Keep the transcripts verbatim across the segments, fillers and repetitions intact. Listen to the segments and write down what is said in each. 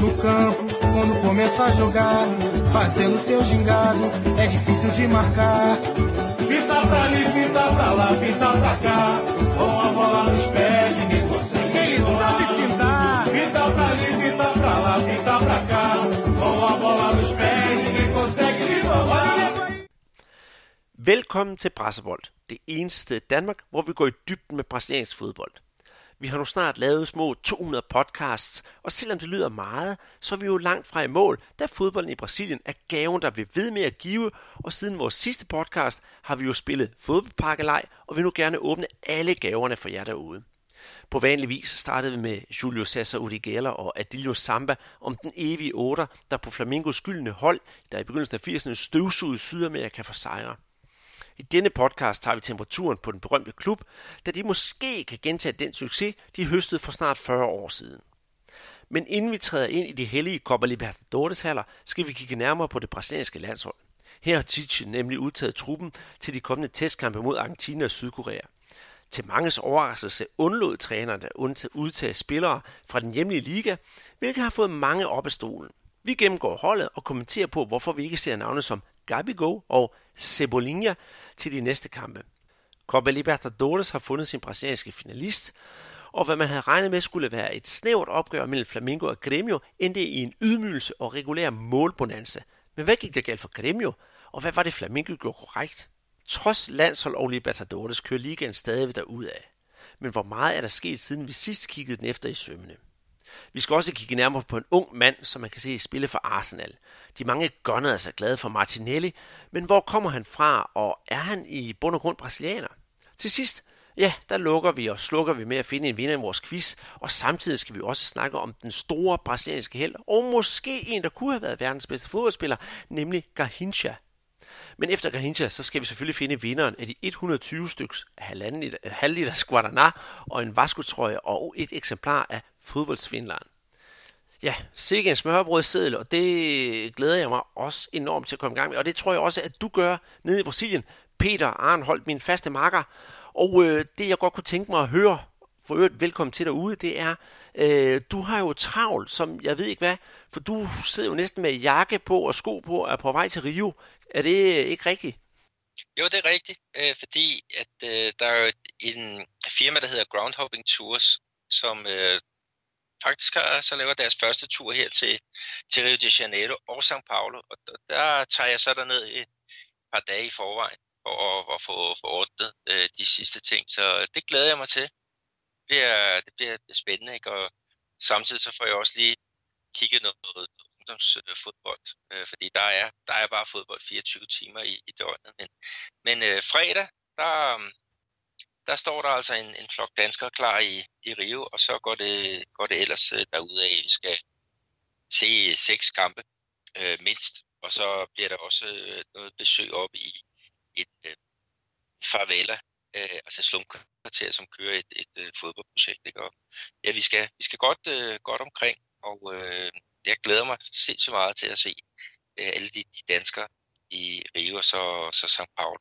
No campo, quando começa a jogar, fazendo seu gingado, é difícil de marcar. Fita pra ali, fita pra lá, fita pra cá, com a bola nos pés e ninguém consegue. Ele sabe fintar. Fita pra ali, fita pra lá, fita pra cá, com a bola nos pés e ninguém consegue lhe roubar. Velkommen til Brassebold, det eneste sted i Danmark, hvor vi går i dybden med brasiliansk fodbold. Vi har nu snart lavet små to hundrede podcasts, og selvom det lyder meget, så er vi jo langt fra i mål, da fodbolden i Brasilien er gaven, der vil ved med at give, og siden vores sidste podcast har vi jo spillet fodboldparkelej, og vil nu gerne åbne alle gaverne for jer derude. På vanlig vis startede vi med Julio César Urigeller og Adilio Samba om den evige otter, der på Flamingos gyldne hold, der i begyndelsen af firserne støvsugede Sydamerika for sejre. I denne podcast tager vi temperaturen på den berømte klub, da de måske kan gentage den succes, de høstede for snart fyrre år siden. Men inden vi træder ind i de hellige Copa Libertadores-haller, skal vi kigge nærmere på det brasilianske landshold. Her har Tite nemlig udtaget truppen til de kommende testkampe mod Argentina og Sydkorea. Til manges overraskelse undlod træneren at udtage spillere fra den hjemlige liga, hvilket har fået mange op af stolen. Vi gennemgår holdet og kommenterer på, hvorfor vi ikke ser navne som Gabigol og Cebolinha til de næste kampe. Copa Libertadores har fundet sin brasilianske finalist, og hvad man havde regnet med skulle være et snævert opgør mellem Flamengo og Grêmio, endte i en ydmygelse og regulær målbonanza. Men hvad gik der galt for Grêmio, og hvad var det Flamengo gjorde korrekt? Trods landshold og Libertadores kører ligaen stadig derudad. Men hvor meget er der sket, siden vi sidst kiggede den efter i sømmene? Vi skal også kigge nærmere på en ung mand, som man kan se spille for Arsenal. De mange gunnere er så glade for Martinelli, men hvor kommer han fra, og er han i bund og grund brasilianer? Til sidst, ja, der lukker vi og slukker vi med at finde en vinder i vores quiz, og samtidig skal vi også snakke om den store brasilianske helt, og måske en, der kunne have været verdens bedste fodboldspiller, nemlig Garrincha. Men efter Garrincha, så skal vi selvfølgelig finde vinderen af de et hundrede og tyve styks halv liters Guaraná og en Vasco-trøje og et eksemplar af fodboldsvindleren. Ja, sikke en smørbrødseddel, og det glæder jeg mig også enormt til at komme i gang med. Og det tror jeg også, at du gør nede i Brasilien. Peter Arnholdt, min faste makker. Og øh, det jeg godt kunne tænke mig at høre, for øvrigt velkommen til derude, det er, øh, du har jo travlt, som jeg ved ikke hvad, for du sidder jo næsten med jakke på og sko på og er på vej til Rio. Er det ikke rigtigt? Jo, det er rigtigt, øh, fordi at øh, der er jo en firma, der hedder Groundhopping Tours, som øh, faktisk har, så laver deres første tur her til, til Rio de Janeiro og São Paulo, og der, der tager jeg så derned et par dage i forvejen for at, at få, få ordnet øh, de sidste ting, så det glæder jeg mig til. Det bliver, det bliver spændende, ikke? Og samtidig så får jeg også lige kigget noget ungdomsfodbold, øh, fordi der er, der er bare fodbold fireogtyve timer i, i døgnet. Men, men øh, fredag, der, der står der altså en, en flok danskere klar i, i Rio, og så går det, går det ellers øh, derudad. Vi skal se seks kampe øh, mindst, og så bliver der også øh, noget besøg op i et øh, favela, øh, altså slumkvarter, som kører et, et, et fodboldprojekt. Ikke? Og, ja, vi skal, vi skal godt, øh, godt omkring, og øh, jeg glæder mig sindssygt meget til at se øh, alle de, de danskere i Rio og så, så São Paulo.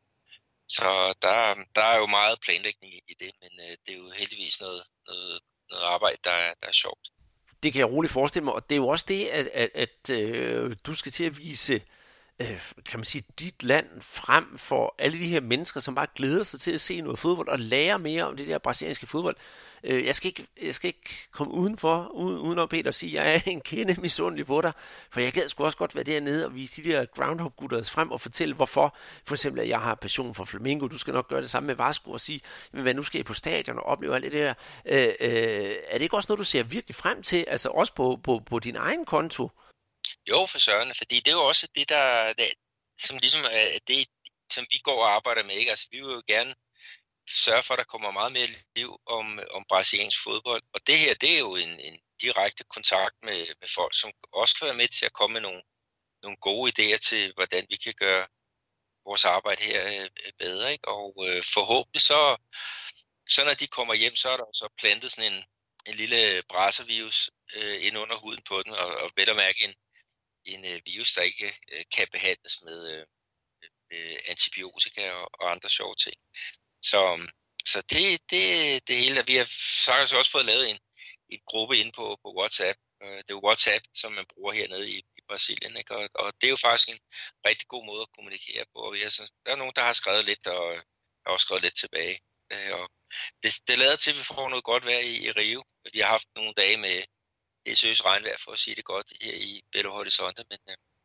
Så der, der er jo meget planlægning i det, men øh, det er jo heldigvis noget, noget, noget arbejde, der er, der er sjovt. Det kan jeg roligt forestille mig, og det er jo også det, at, at, at øh, du skal til at vise, øh, kan man sige, dit land frem for alle de her mennesker, som bare glæder sig til at se noget fodbold og lære mere om det der brasilianske fodbold. Øh, jeg, skal ikke, jeg skal ikke komme udenfor, uden, udenom Peter og sige, at jeg er en kende misundelig på dig, for jeg gad sgu også godt være dernede og vise de der groundhop-gutter frem og fortælle, hvorfor, for eksempel, at jeg har passion for Flamengo, du skal nok gøre det samme med Vasco og sige, men hvad nu skal I på stadion og opleve alt det der. Øh, øh, er det ikke også noget, du ser virkelig frem til, altså også på, på, på din egen konto? Jo, for søren, fordi det er jo også det, der, der som ligesom er det, som vi går og arbejder med, ikke? Altså, vi vil jo gerne sørge for, at der kommer meget mere liv om, om brasiliansk fodbold, og det her, det er jo en, en direkte kontakt med, med folk, som også kan være med til at komme med nogle, nogle gode idéer til, hvordan vi kan gøre vores arbejde her øh, bedre, ikke? Og øh, forhåbentlig så, så når de kommer hjem, så er der så plantet sådan en, en lille brasservirus øh, ind under huden på den, og, og vel at mærke en, en øh, virus, der ikke øh, kan behandles med øh, øh, antibiotika og, og andre sjove ting. Så, så det, det, det hele, vi har faktisk også fået lavet en, en gruppe inde på, på WhatsApp, det er jo WhatsApp, som man bruger hernede i, i Brasilien, ikke? Og, og det er jo faktisk en rigtig god måde at kommunikere på. Og jeg synes, der er nogen, der har skrevet lidt, og jeg har også skrevet lidt tilbage. Og det, det lader til, at vi får noget godt vejr i, i Rio. Vi har haft nogle dage med det seriøst regnvejr, for at sige det godt, her i Belo Horizonte. Men,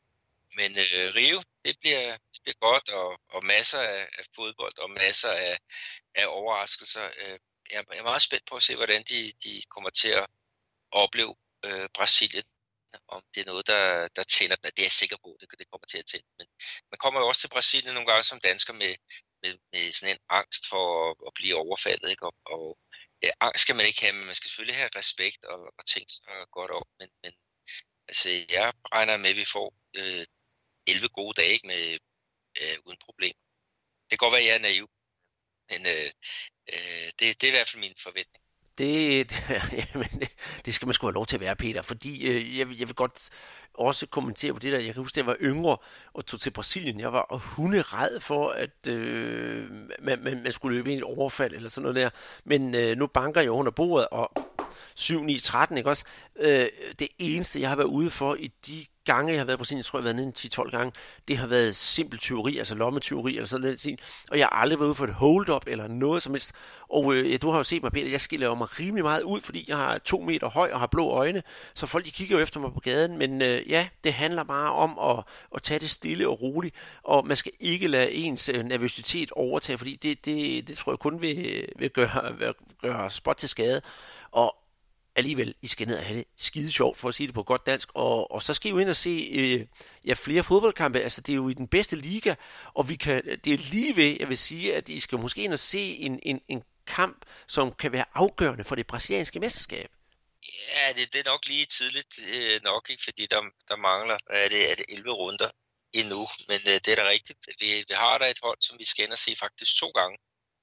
men uh, Rio, det bliver, det bliver godt, og, og masser af, af fodbold, og masser af, af overraskelser. Uh, jeg er meget spændt på at se, hvordan de, de kommer til at opleve uh, Brasilien. Om det er noget, der, der tænder den. Det er jeg sikker på, det, det kommer til at tænde. Men man kommer jo også til Brasilien nogle gange som dansker med, med, med sådan en angst for at, at blive overfaldet. Ikke? Og, og ja, angst skal man ikke have, men man skal selvfølgelig have respekt og, og tænke sig godt om. Men, men altså, jeg regner med, at vi får øh, elleve gode dage ikke? Med, øh, uden problem. Det kan godt være, at jeg er naiv, men øh, øh, det, det er i hvert fald min forventning. Det, det, jamen, det, det skal man sgu have lov til at være, Peter, fordi øh, jeg, jeg vil godt også kommentere på det der. Jeg kan huske, at jeg var yngre og tog til Brasilien. Jeg var hunderad for, at øh, man, man, man skulle løbe ind i et overfald eller sådan noget der. Men øh, nu banker jeg under bordet, og syv ni tretten, ikke også? Øh, det eneste, jeg har været ude for i de gange, jeg har været i Brasilien, jeg tror, jeg har været nede ti tolv gange, det har været simpel tyveri, altså lommetyveri eller sådan noget. Og jeg har aldrig været ude for et hold-up eller noget som helst. Og øh, ja, du har jo set mig, Peter, jeg skiller jo mig rimelig meget ud, fordi jeg har to meter høj og har blå øjne, så folk de kigger jo efter mig på gaden. Men øh, ja, det handler bare om at, at tage det stille og roligt, og man skal ikke lade ens øh, nervøsitet overtage, fordi det, det, det tror jeg kun vil, vil gøre, vil gøre spot til skade. Og alligevel, I skal ned og have det skide sjovt, for at sige det på godt dansk, og, og så skal I jo ind og se øh, ja, flere fodboldkampe. Altså, det er jo i den bedste liga, og vi kan, det er lige ved, jeg vil sige, at I skal måske ind og se en, en, en kamp, som kan være afgørende for det brasilianske mesterskab. Ja, det, det er nok lige tidligt øh, nok, ikke? Fordi der, der mangler, er det, er det elleve runder endnu, men øh, det er da rigtigt. Vi, vi har der et hold, som vi skal ind og se faktisk to gange,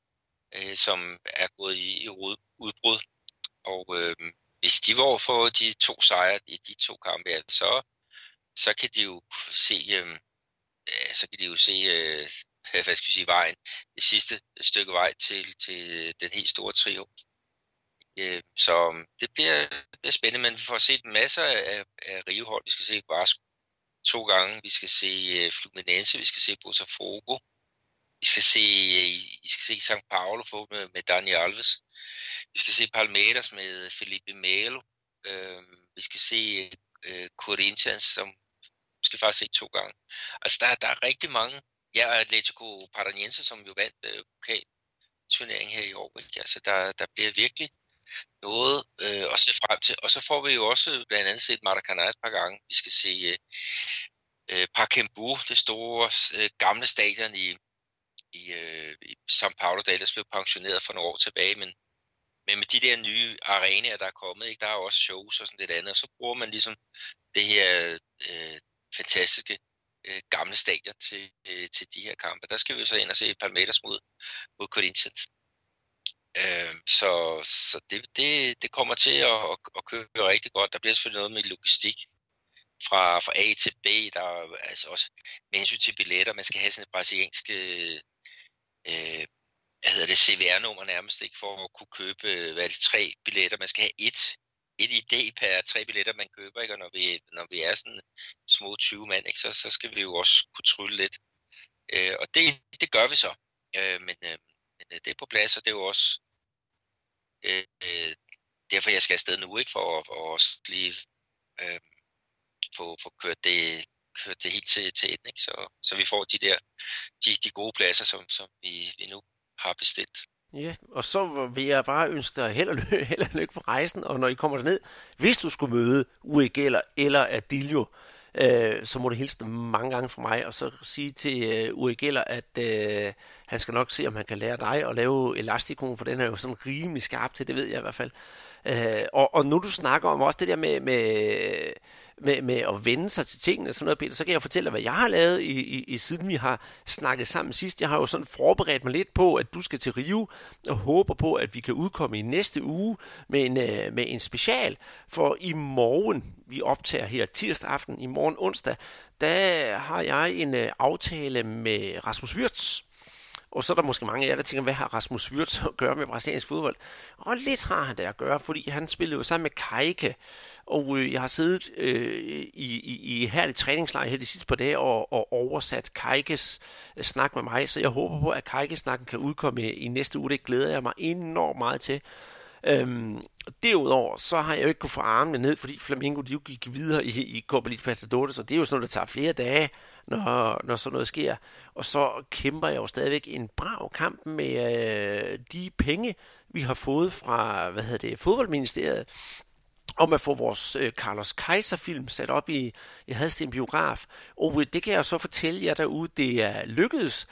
øh, som er gået i, i udbrud, og øh, hvis de var for de to sejre i de to kampe, ja, så, så kan de jo se, øh, så kan de jo se, øh, hvad skal jeg sige, vejen, det sidste stykke vej til, til den helt store trio. Øh, så det bliver, det bliver spændende, men vi får set masser af, af Rio-hold. Vi skal se Vasco to gange, vi skal se uh, Fluminense, vi skal se Botafogo, vi skal se, uh, vi skal se São Paulo med, med Dani Alves. Vi skal se Palmeiras med Felipe Melo. Øh, vi skal se øh, Corinthians, som skal faktisk se to gange. Altså, der, der er rigtig mange. Ja, Atlético Paranaense, som jo vandt øh, pokalturneringen her i år. Ikke? Altså, der, der bliver virkelig noget øh, at se frem til. Og så får vi jo også blandt andet set Maracanã et par gange. Vi skal se øh, Pacaembu, det store øh, gamle stadion i, i, øh, i São Paulo, der ellers blev pensioneret for nogle år tilbage, men Men med de der nye arenaer, der er kommet, ikke, der er også shows og sådan lidt andet, og så bruger man ligesom det her øh, fantastiske øh, gamle stadion til, øh, til de her kampe. Der skal vi så ind og se Palmeiras mod, mod Corinthians. Øh, så så det, det, det kommer til at, at, at køre rigtig godt. Der bliver selvfølgelig noget med logistik fra, fra A til B, der er altså også med hensyn til billetter. Man skal have sådan et brasiliansk øh, hvad hedder det, C V R-nummer nærmest, ikke, for at kunne købe, hvad er det, tre billetter. Man skal have et, et idé per tre billetter, man køber, ikke, og når vi, når vi er sådan små tyve mand, ikke, så, så skal vi jo også kunne trylle lidt. Øh, og det, det gør vi så. Øh, men, øh, men det er på plads, og det er jo også øh, derfor, jeg skal afsted nu, ikke, for at, for også lige øh, få, få kørt det, kørt det helt til, til enden, ikke, så, så vi får de der, de, de gode pladser, som, som vi, vi nu har bestilt. Ja, og så vil jeg bare ønske dig held og lykke, held og lykke for rejsen, og når I kommer derned, hvis du skulle møde Uri Geller eller Adilio, øh, så må du hilse dem mange gange fra mig, og så sige til øh, Uri Geller, at øh, han skal nok se, om han kan lære dig at lave elastikon, for den er jo sådan rimelig skarp til, det ved jeg i hvert fald. Øh, og, og nu du snakker om også det der med, med, med, med at vende sig til tingene og sådan noget, Peter, så kan jeg fortælle dig, hvad jeg har lavet i, i, i siden vi har snakket sammen sidst. Jeg har jo sådan forberedt mig lidt på, at du skal til Rio, og håber på, at vi kan udkomme i næste uge med en, med en special. For i morgen, vi optager her tirsdag aften, i morgen onsdag, der har jeg en aftale med Rasmus Wirtz. Og så er der måske mange af jer, der tænker, hvad har Rasmus Wirtz at gøre med brasiliansk fodbold? Og lidt har han det at gøre, fordi han spillede jo sammen med Kajke, og øh, jeg har siddet øh, i, i, i herlig træningslejr her de sidste par dage og, og oversat Kajkes øh, snak med mig, så jeg håber på, at Kajke-snakken kan udkomme i, i næste uge. Det glæder jeg mig enormt meget til. Øhm, derudover så har jeg jo ikke kunnet få armene ned, fordi Flamengo de jo gik videre i, i Copa Libertadores, så det er jo sådan noget, der tager flere dage, når, når sådan noget sker. Og så kæmper jeg jo stadigvæk en brav kamp med øh, de penge, vi har fået fra, hvad hedder det, fodboldministeriet, om at få vores øh, Carlos Kaiser-film sat op i, i Hadsten biograf. Og øh, det kan jeg så fortælle jer derude, det er lykkedes.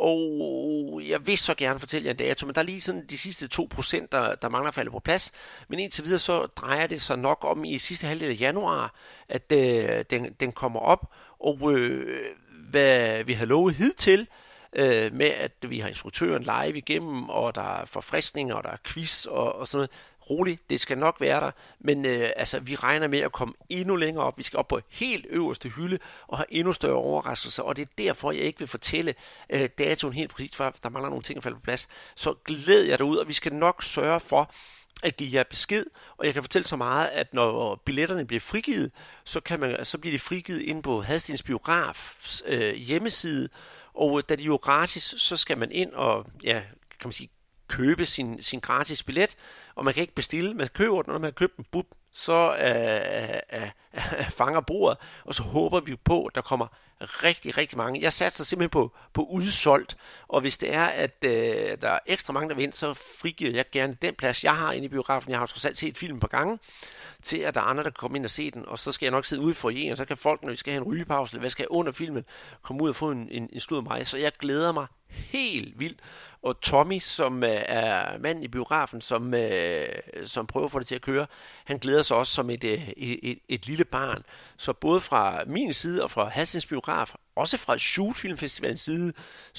Og jeg vil så gerne fortælle jer en dato, men der er lige sådan de sidste to procent, der, der mangler at falde på plads. Men indtil videre så drejer det sig nok om i sidste halvdel af januar, at øh, den, den kommer op. Og øh, hvad vi har lovet hidtil, øh, med at vi har instruktøren live igennem, og der er forfriskninger, og der er quiz og, og sådan noget. Roligt, det skal nok være der, men øh, altså, vi regner med at komme endnu længere op. Vi skal op på helt øverste hylde og have endnu større overraskelser, og det er derfor, jeg ikke vil fortælle øh, datoen helt præcis, for der mangler nogle ting at falde på plads. Så glæd jer derud, og vi skal nok sørge for at give jer besked, og jeg kan fortælle så meget, at når billetterne bliver frigivet, så, kan man, så bliver de frigivet inde på Hadstens biografs øh, hjemmeside, og da de er jo gratis, så skal man ind og, ja, kan man sige, købe sin, sin gratis billet, og man kan ikke bestille, man køber den, når man har købt en bub, så øh, øh, øh, fanger bordet, og så håber vi på, at der kommer rigtig, rigtig mange. Jeg satser simpelthen på, på udsolgt, og hvis det er, at øh, der er ekstra mange, der vil ind, så frigiver jeg gerne den plads, jeg har inde i biografen. Jeg har trods alt set filmen på gange, til at der er andre, der kan komme ind og se den, og så skal jeg nok sidde ude for en, og så kan folk, når vi skal have en rygepause, eller hvad skal jeg under filmen, komme ud og få en, en, en slud af mig. Så jeg glæder mig helt vildt. Og Tommy, som øh, er manden i biografen, som, øh, som prøver at få det til at køre, han glæder sig også som et, øh, et, et, et lille barn. Så både fra min side og fra Hadstens biograf, også fra Shoot Filmfestivalens side,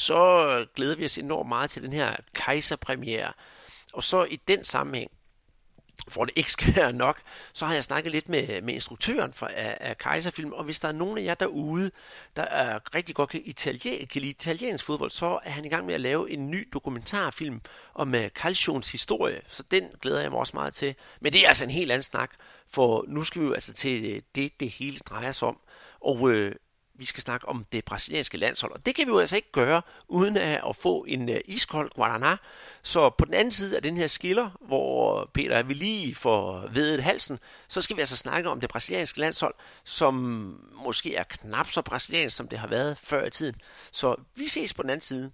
så glæder vi os enormt meget til den her Kaiser-premiere. Og så i den sammenhæng, for det ikke skal være nok, så har jeg snakket lidt med, med instruktøren for, af, af Kaiserfilm, og hvis der er nogen af jer derude, der er rigtig godt kan, italien, kan lide italiensk fodbold, så er han i gang med at lave en ny dokumentarfilm om uh, Calcions historie, så den glæder jeg mig også meget til. Men det er altså en helt anden snak, for nu skal vi jo altså til det, det hele drejer sig om, og øh, vi skal snakke om det brasilianske landshold, og det kan vi jo altså ikke gøre, uden at få en uh, iskold Guaraná. Så på den anden side af den her skiller, hvor Peter vil lige få vedet halsen, så skal vi altså snakke om det brasilianske landshold, som måske er knap så brasiliansk, som det har været før i tiden. Så vi ses på den anden side.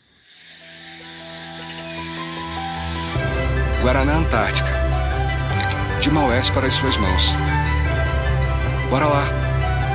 Guaraná Antártica. De Maués para as suas mãos. Bora lá.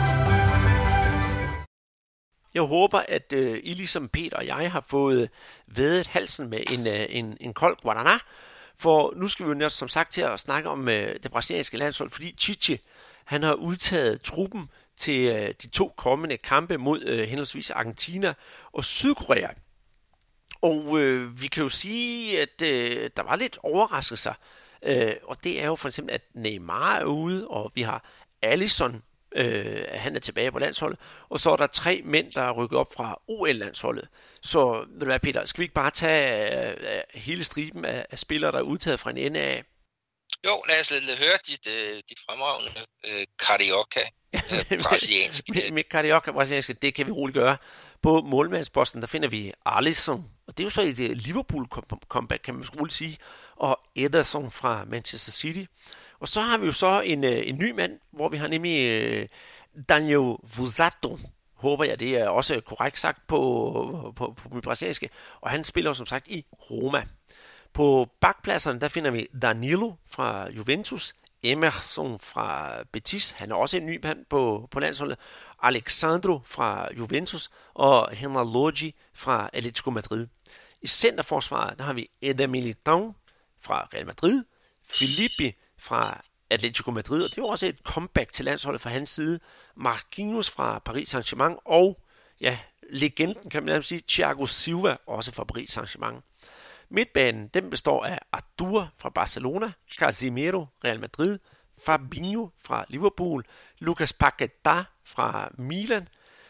Jeg håber, at øh, I ligesom Peter og jeg har fået vædet halsen med en, øh, en, en kold Guaraná, for nu skal vi jo som sagt til at snakke om øh, det brasilianske landshold, fordi Tite, han har udtaget truppen til øh, de to kommende kampe mod øh, henholdsvis Argentina og Sydkorea. Og øh, vi kan jo sige, at øh, der var lidt overraskelser, øh, og det er jo for eksempel, at Neymar er ude, og vi har Alisson, Øh, han er tilbage på landsholdet, og så er der tre mænd, der er rykket op fra O L-landsholdet. Så ved du hvad, Peter, skal vi ikke bare tage øh, hele striben af, af spillere, der er udtaget fra en ende af? Jo, lad os lade høre dit, øh, dit fremragende øh, carioca øh, brasiliansk. Mit, mit carioca brasiliansk, det kan vi roligt gøre. På målmandsposten, der finder vi Alisson, og det er jo så et Liverpool-comeback, kan man roligt sige, og Ederson fra Manchester City. Og så har vi jo så en, en ny mand, hvor vi har nemlig øh, Daniel Vuzato, håber jeg, det er også korrekt sagt på, på, på mit brasilianske, og han spiller som sagt i Roma. På bakpladserne, der finder vi Danilo fra Juventus, Emerson fra Betis, han er også en ny mand på, på landsholdet, Alexandro fra Juventus og Henry Lodji fra Atletico Madrid. I centerforsvaret, der har vi Eder Militão fra Real Madrid, Filippi fra Atletico Madrid, og det var også et comeback til landsholdet fra hans side, Marquinhos fra Paris Saint-Germain, og ja, legenden kan man nærmest sige, Thiago Silva, også fra Paris Saint-Germain. Midtbanen, den består af Arthur fra Barcelona, Casemiro, Real Madrid, Fabinho fra Liverpool, Lucas Paquetá fra Milan,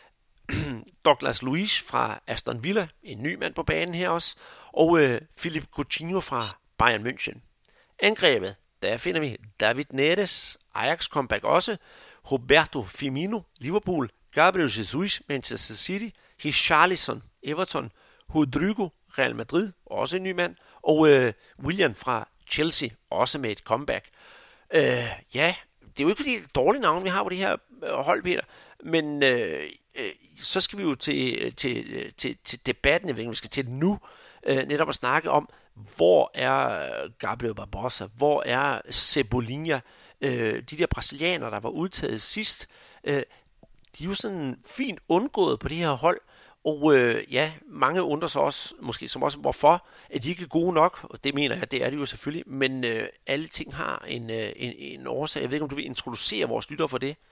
Douglas Luiz fra Aston Villa, en ny mand på banen her også, og øh, Philippe Coutinho fra Bayern München. Angrebet, der finder vi David Neres, Ajax comeback også, Roberto Firmino, Liverpool, Gabriel Jesus, Manchester City, Richarlison, Everton, Rodrigo, Real Madrid, også en ny mand, og øh, Willian fra Chelsea, også med et comeback. Øh, ja, det er jo ikke fordi det er et dårligt navn, vi har på det her hold, Peter, men øh, øh, så skal vi jo til, til, til, til debatten, jeg ved ikke, vi skal til det nu, øh, netop at snakke om, hvor er Gabriel Barbosa, hvor er Cebolinha, øh, de der brasilianere, der var udtaget sidst, øh, de er jo sådan fint undgået på det her hold, og øh, ja, mange undrer sig også, måske som også, hvorfor at de ikke er gode nok, og det mener jeg, det er de jo selvfølgelig, men øh, alle ting har en, øh, en, en årsag. Jeg ved ikke, om du vil introducere vores lytter for det?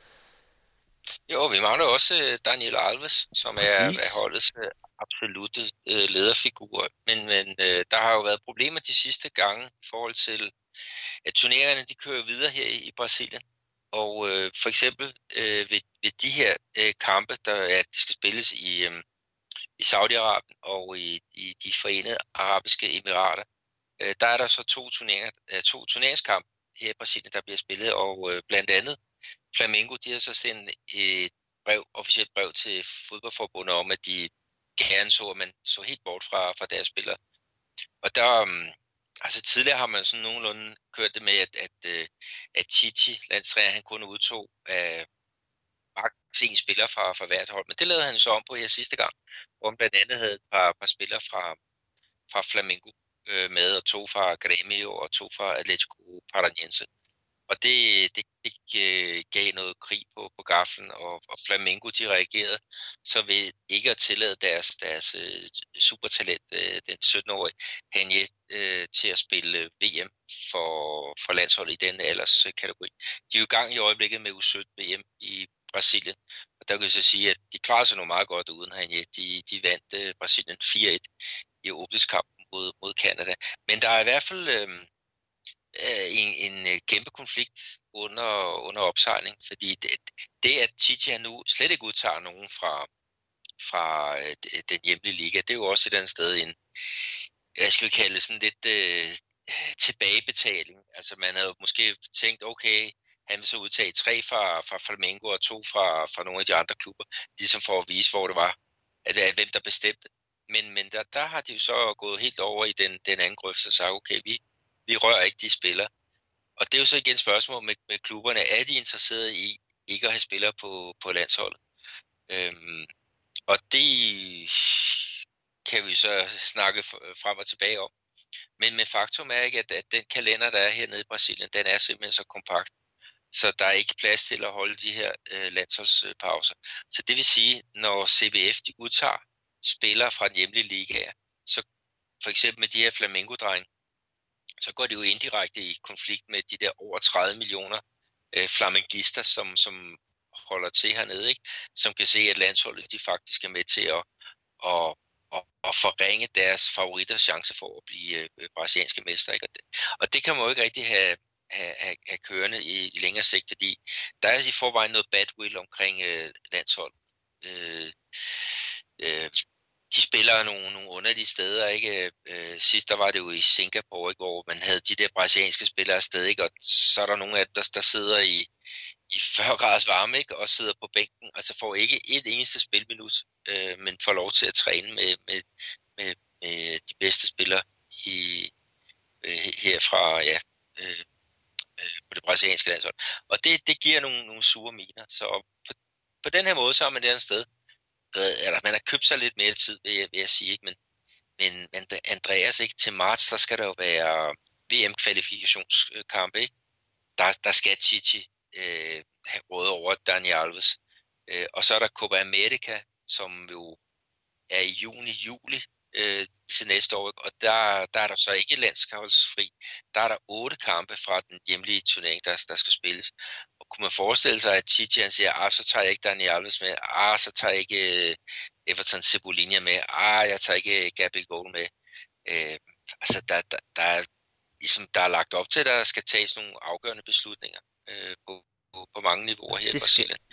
Jo, vi mangler også Daniel Alves, som er, er holdets øh, absolutte øh, lederfigur, men, men øh, der har jo været problemer de sidste gange i forhold til, at turneringerne de kører videre her i, i Brasilien. Og øh, for eksempel øh, ved, ved de her øh, kampe, der er, de skal spilles i, øh, i Saudi-Arabien og i, i de forenede arabiske emirater, øh, der er der så to, turneringer, øh, to turneringskampe her i Brasilien, der bliver spillet, og øh, blandt andet Flamengo, de har så sendt et brev, officielt brev til fodboldforbundet om, at de gerne så, at man så helt bort fra, fra deres spillere. Og der... Øh, Altså tidligere har man sådan nogenlunde kørt det med, at, at, at Tite, landstræner, han kun udtog af maks en spiller fra, fra hvert hold. Men det lavede han så om på her sidste gang, hvor han blandt andet havde et par, par spillere fra, fra Flamengo øh, med, og to fra Grêmio og to fra Atlético Paranaense. Og det, det, det øh, gav noget krig på, på gaflen, og, og Flamengo de reagerede så ved ikke at tillade deres, deres øh, supertalent, øh, den sytten-årige Henje, øh, til at spille V M for, for landsholdet i den alderskategori. De er jo i gang i øjeblikket med U sytten V M i Brasilien, og der kan jeg så sige, at de klarede sig nu meget godt uden Henje. De, de vandt øh, Brasilien fire et i åbningskampen mod, mod Canada. Men der er i hvert fald... Øh, En, en kæmpe konflikt under, under opsejling, fordi det, det at Tite han nu slet ikke udtager nogen fra, fra den hjemlige liga, det er jo også et andet sted en, jeg skal kalde det sådan lidt øh, tilbagebetaling. Altså man havde måske tænkt, okay, han vil så udtage tre fra, fra Flamengo og to fra, fra nogle af de andre klubber, ligesom for at vise, hvor det var, at det er hvem der bestemte. Men, men der, der har de jo så gået helt over i den, den anden grøft og sagt, okay, vi Vi rører ikke de spillere. Og det er jo så igen et spørgsmål med, med klubberne. Er de interesserede i ikke at have spillere på, på landsholdet? Øhm, og det kan vi så snakke frem og tilbage om. Men med faktum er ikke, at, at den kalender, der er hernede i Brasilien, den er simpelthen så kompakt. Så der er ikke plads til at holde de her øh, landsholdspauser. Så det vil sige, når C B F de udtager spillere fra den hjemlige liga, så for eksempel med de her Flamengo-drenge, så går det jo indirekte i konflikt med de der over tredive millioner øh, flamengister, som, som holder til hernede, ikke? Som kan se, at landsholdet de faktisk er med til at, at, at, at forringe deres favoritters chance for at blive øh, brasilianske mester. Ikke? Og, det, og det kan man jo ikke rigtig have, have, have, have kørende i, i længere sigt, fordi der er i forvejen noget badwill omkring øh, landshold. Øh, øh, De spiller nogle, nogle underlige steder, ikke? Øh, sidst der var det jo i Singapore, ikke? Hvor man havde de der brasilianske spillere afsted, ikke? Og så er der nogle af dem, der, der sidder i, i fyrre graders varme, ikke? Og sidder på bænken, altså får ikke et eneste spilminut, øh, men får lov til at træne med, med, med, med de bedste spillere i, øh, herfra, ja, øh, øh, på det brasilianske landshold. Og det, det giver nogle, nogle sure miner, så på, på den her måde, så er man et andet sted. Eller man har købt sig lidt mere tid, vil jeg, vil jeg sige, ikke? Men, men, men Andreas, ikke? Til marts, der skal der jo være V M-kvalifikationskampe, ikke? Der, der skal Tite øh, have råd over Daniel Alves. Øh, og så er der Copa America, som jo er i juni-juli øh, til næste år, og der, der er der så ikke landsholdsfri. Der er der otte kampe fra den hjemlige turnering, der, der skal spilles. Og kunne man forestille sig, at Tite han siger, ah, så tager jeg ikke Daniel Alves med, ah, så tager jeg ikke uh, Everton Cebolinha med, ah, jeg tager ikke Gabriel Gold med. Øh, altså, der, der, der, er, ligesom, der er lagt op til, at der skal tages nogle afgørende beslutninger øh, på, på, på mange niveauer her i Brasilien.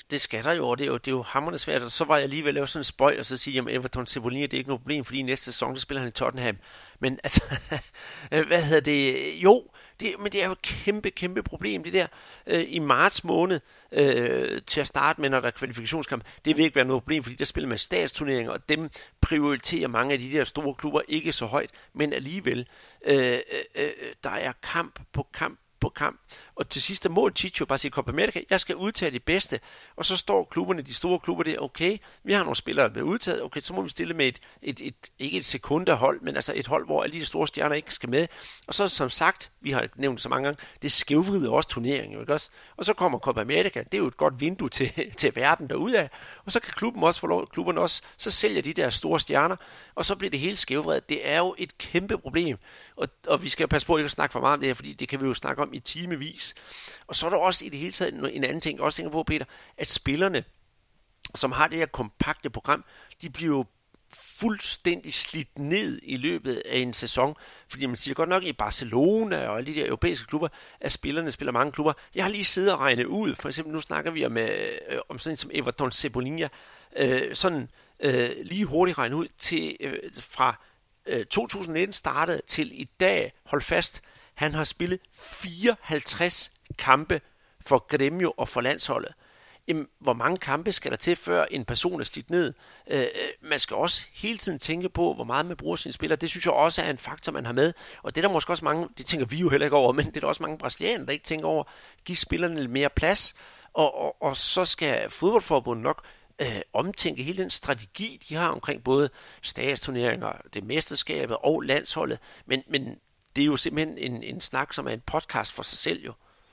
det skal der jo, og det er jo, det er jo hamrende svært. Og så var jeg lige ved at lave sådan en spøj, og så sige, jamen Everton Cebolinha, det er ikke noget problem, fordi næste sæson, der spiller han i Tottenham. Men altså, hvad hedder det? Jo, det, men det er jo et kæmpe, kæmpe problem, det der øh, i marts måned øh, til at starte med, når der er kvalifikationskamp. Det vil ikke være noget problem, fordi der spiller man statsturneringer, og dem prioriterer mange af de der store klubber ikke så højt, men alligevel, øh, øh, der er kamp på kamp på kamp. Og til sidste mål Chicho bare siger, Copa America, jeg skal udtage de bedste. Og så står klubberne, de store klubber der, okay, vi har nogle spillere, der bliver udtaget, okay, så må vi stille med et, et, et ikke et sekunderhold, men altså et hold, hvor alle de store stjerner ikke skal med. Og så som sagt, vi har nævnt det så mange gange, det skævvrider også turneringen, ikke også? Og så kommer Copa America, det er jo et godt vindue til, til verden derudad. Og så kan klubben også få lov, klubberne også, så sælger de der store stjerner, og så bliver det hele skævvredet. Det er jo et kæmpe problem. Og, og vi skal passe på ikke at snakke for meget om det her, fordi det kan vi jo snakke om i timevis. Og så er der også i det hele taget en anden ting, jeg også tænker på, Peter, at spillerne, som har det her kompakte program, de bliver jo fuldstændig slidt ned i løbet af en sæson, fordi man siger godt nok i Barcelona og alle de der europæiske klubber, at spillerne spiller mange klubber. Jeg har lige siddet og regnet ud, for eksempel nu snakker vi om, øh, om sådan en som Everton Cebolinha, øh, sådan øh, lige hurtigt regnet ud til øh, fra øh, to tusind nitten startede til i dag, hold fast, han har spillet fireoghalvtreds kampe for Grêmio og for landsholdet. Jamen, hvor mange kampe skal der til, før en person er slidt ned? Øh, man skal også hele tiden tænke på, hvor meget man bruger sine spillere. Det synes jeg også er en faktor, man har med. Og det er der måske også mange, det tænker vi jo heller ikke over, men det er der også mange brasilianere, der ikke tænker over. Giv spillerne lidt mere plads, og, og, og så skal fodboldforbundet nok øh, omtænke hele den strategi, de har omkring både statsturneringer, det mesterskabet og landsholdet. Men, men det er jo simpelthen en, en snak, som er en podcast for sig selv jo.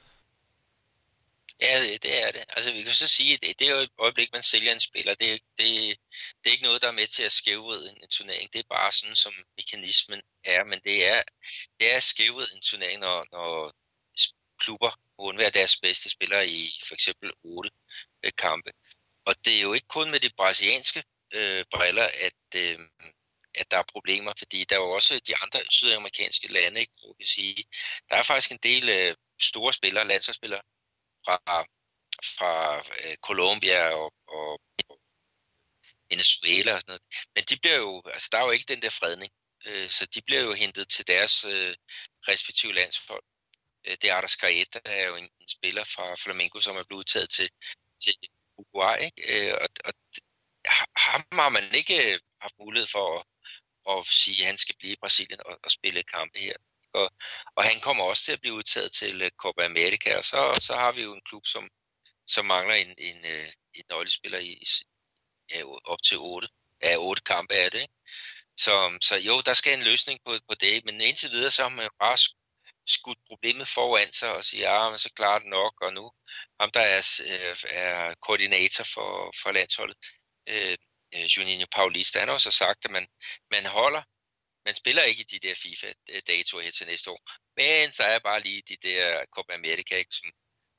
Ja, det er det. Altså vi kan så sige, at det er jo et øjeblik, man sælger en spiller. Det er, det, det er ikke noget, der er med til at skævvride en turnering. Det er bare sådan, som mekanismen er. Men det er, det er skævvride en turnering, når, når klubber må undvære deres bedste spillere i for eksempel otte øh, kampe. Og det er jo ikke kun med de brasilianske øh, briller, at, øh, at der er problemer, fordi der er jo også de andre sydamerikanske lande, ikke, hvor vi kan sige, der er faktisk en del øh, store spillere, landsholdsspillere, fra, fra øh, Colombia og, og, og Venezuela og sådan noget. Men de bliver jo, altså der er jo ikke den der fredning, øh, så de bliver jo hentet til deres øh, respektive landshold. Øh, det er Arrascaeta, der er jo en, en spiller fra Flamengo, som er blevet udtaget til, til Uruguay, ikke? Øh, og, og ham har man ikke haft mulighed for at, at sige, at han skal blive i Brasilien og, og spille kampe her. Og, og han kommer også til at blive udtaget til Copa America, og så, så har vi jo en klub, som, som mangler en, en, en nøglespiller i, ja, op til otte, ja, otte kampe af det. Ikke? Så, så jo, der skal en løsning på, på det, men indtil videre, så har man bare skudt problemet foran sig og siger, ja, men så klarer det nok, og nu ham, der er, er koordinator for, for landsholdet, øh, Juninho Paulista, han har også sagt, at man, man holder Man spiller ikke i de der FIFA-datoer her til næste år. Men så er bare lige de der Copa America, ikke, som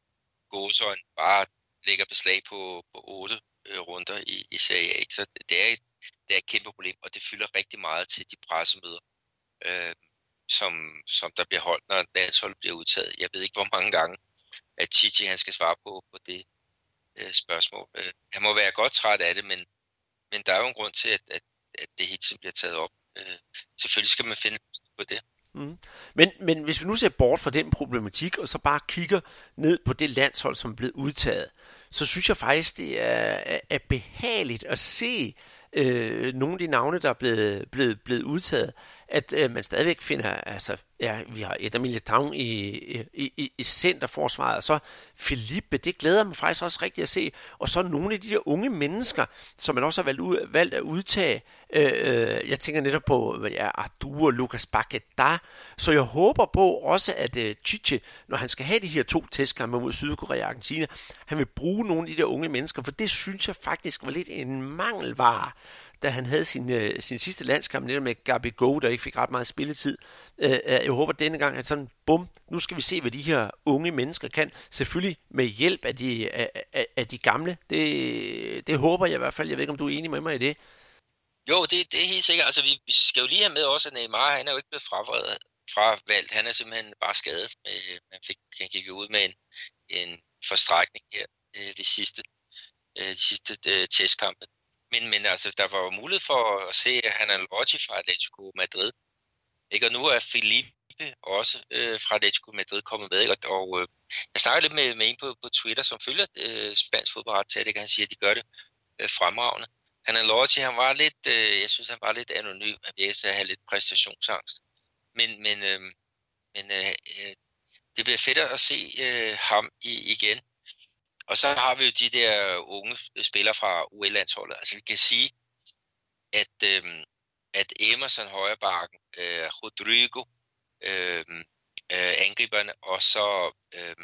gåsøjne bare lægger beslag på, på otte øh, runder i, i Serie A. Ikke? Så det er, et, det er et kæmpe problem, og det fylder rigtig meget til de pressemøder, øh, som, som der bliver holdt, når landsholdet bliver udtaget. Jeg ved ikke, hvor mange gange, at Chichi han skal svare på, på det øh, spørgsmål. Øh, han må være godt træt af det, men, men der er jo en grund til, at, at, at det hele tiden bliver taget op. Øh, selvfølgelig skal man finde på det. Mm. Men, men hvis vi nu ser bort fra den problematik, og så bare kigger ned på det landshold, som er blevet udtaget, så synes jeg faktisk, det er, er behageligt at se øh, nogle af de navne, der er blevet, blevet, blevet udtaget, at øh, man stadigvæk finder, altså, ja, vi har Eder Militão i, i, i, i centerforsvaret, og så Felipe, det glæder mig faktisk også rigtig at se, og så nogle af de der unge mennesker, som man også har valgt, ud, valgt at udtage, øh, jeg tænker netop på ja, Artur og Lucas Paquetá, så jeg håber på også, at øh, Chiche, når han skal have de her to testkampe mod Sydkorea og Argentina, han vil bruge nogle af de der unge mennesker, for det synes jeg faktisk var lidt en mangelvare, da han havde sin, øh, sin sidste landskamp netop med Gabi Go, der ikke fik ret meget spilletid. Øh, jeg håber denne gang, at sådan, bum, nu skal vi se, hvad de her unge mennesker kan. Selvfølgelig med hjælp af de, af, af, af de gamle. Det, det håber jeg i hvert fald. Jeg ved ikke, om du er enig med mig i det. Jo, det, det er helt sikkert. Altså, vi, vi skal jo lige have med også, at Neymar, han er jo ikke blevet fravalgt. fravalgt. Han er simpelthen bare skadet. Med, han, fik, han gik ud med en, en forstrækning her øh, ved sidste øh, de sidste øh, testkampe. Men, men altså, der var jo mulighed for at se Hernan Lorchi fra Atletico Madrid. Ikke? Og nu er Felipe også øh, fra Atletico Madrid kommet med. Ikke? Og, og øh, jeg snakker lidt med, med en på, på Twitter, som følger øh, spansk fodbold ret tæt. Han siger, at de gør det øh, fremragende. Hernan Lorchi, han var lidt, øh, jeg synes, han var lidt anonym. Han virkede at have lidt præstationsangst. Men, men, øh, men øh, det bliver fedt at se øh, ham i, igen. Og så har vi jo de der unge spillere fra U L-landsholdet. Altså vi kan sige, at, øh, at Emerson højrebakken, øh, Rodrigo, øh, øh, angriberne, og så øh,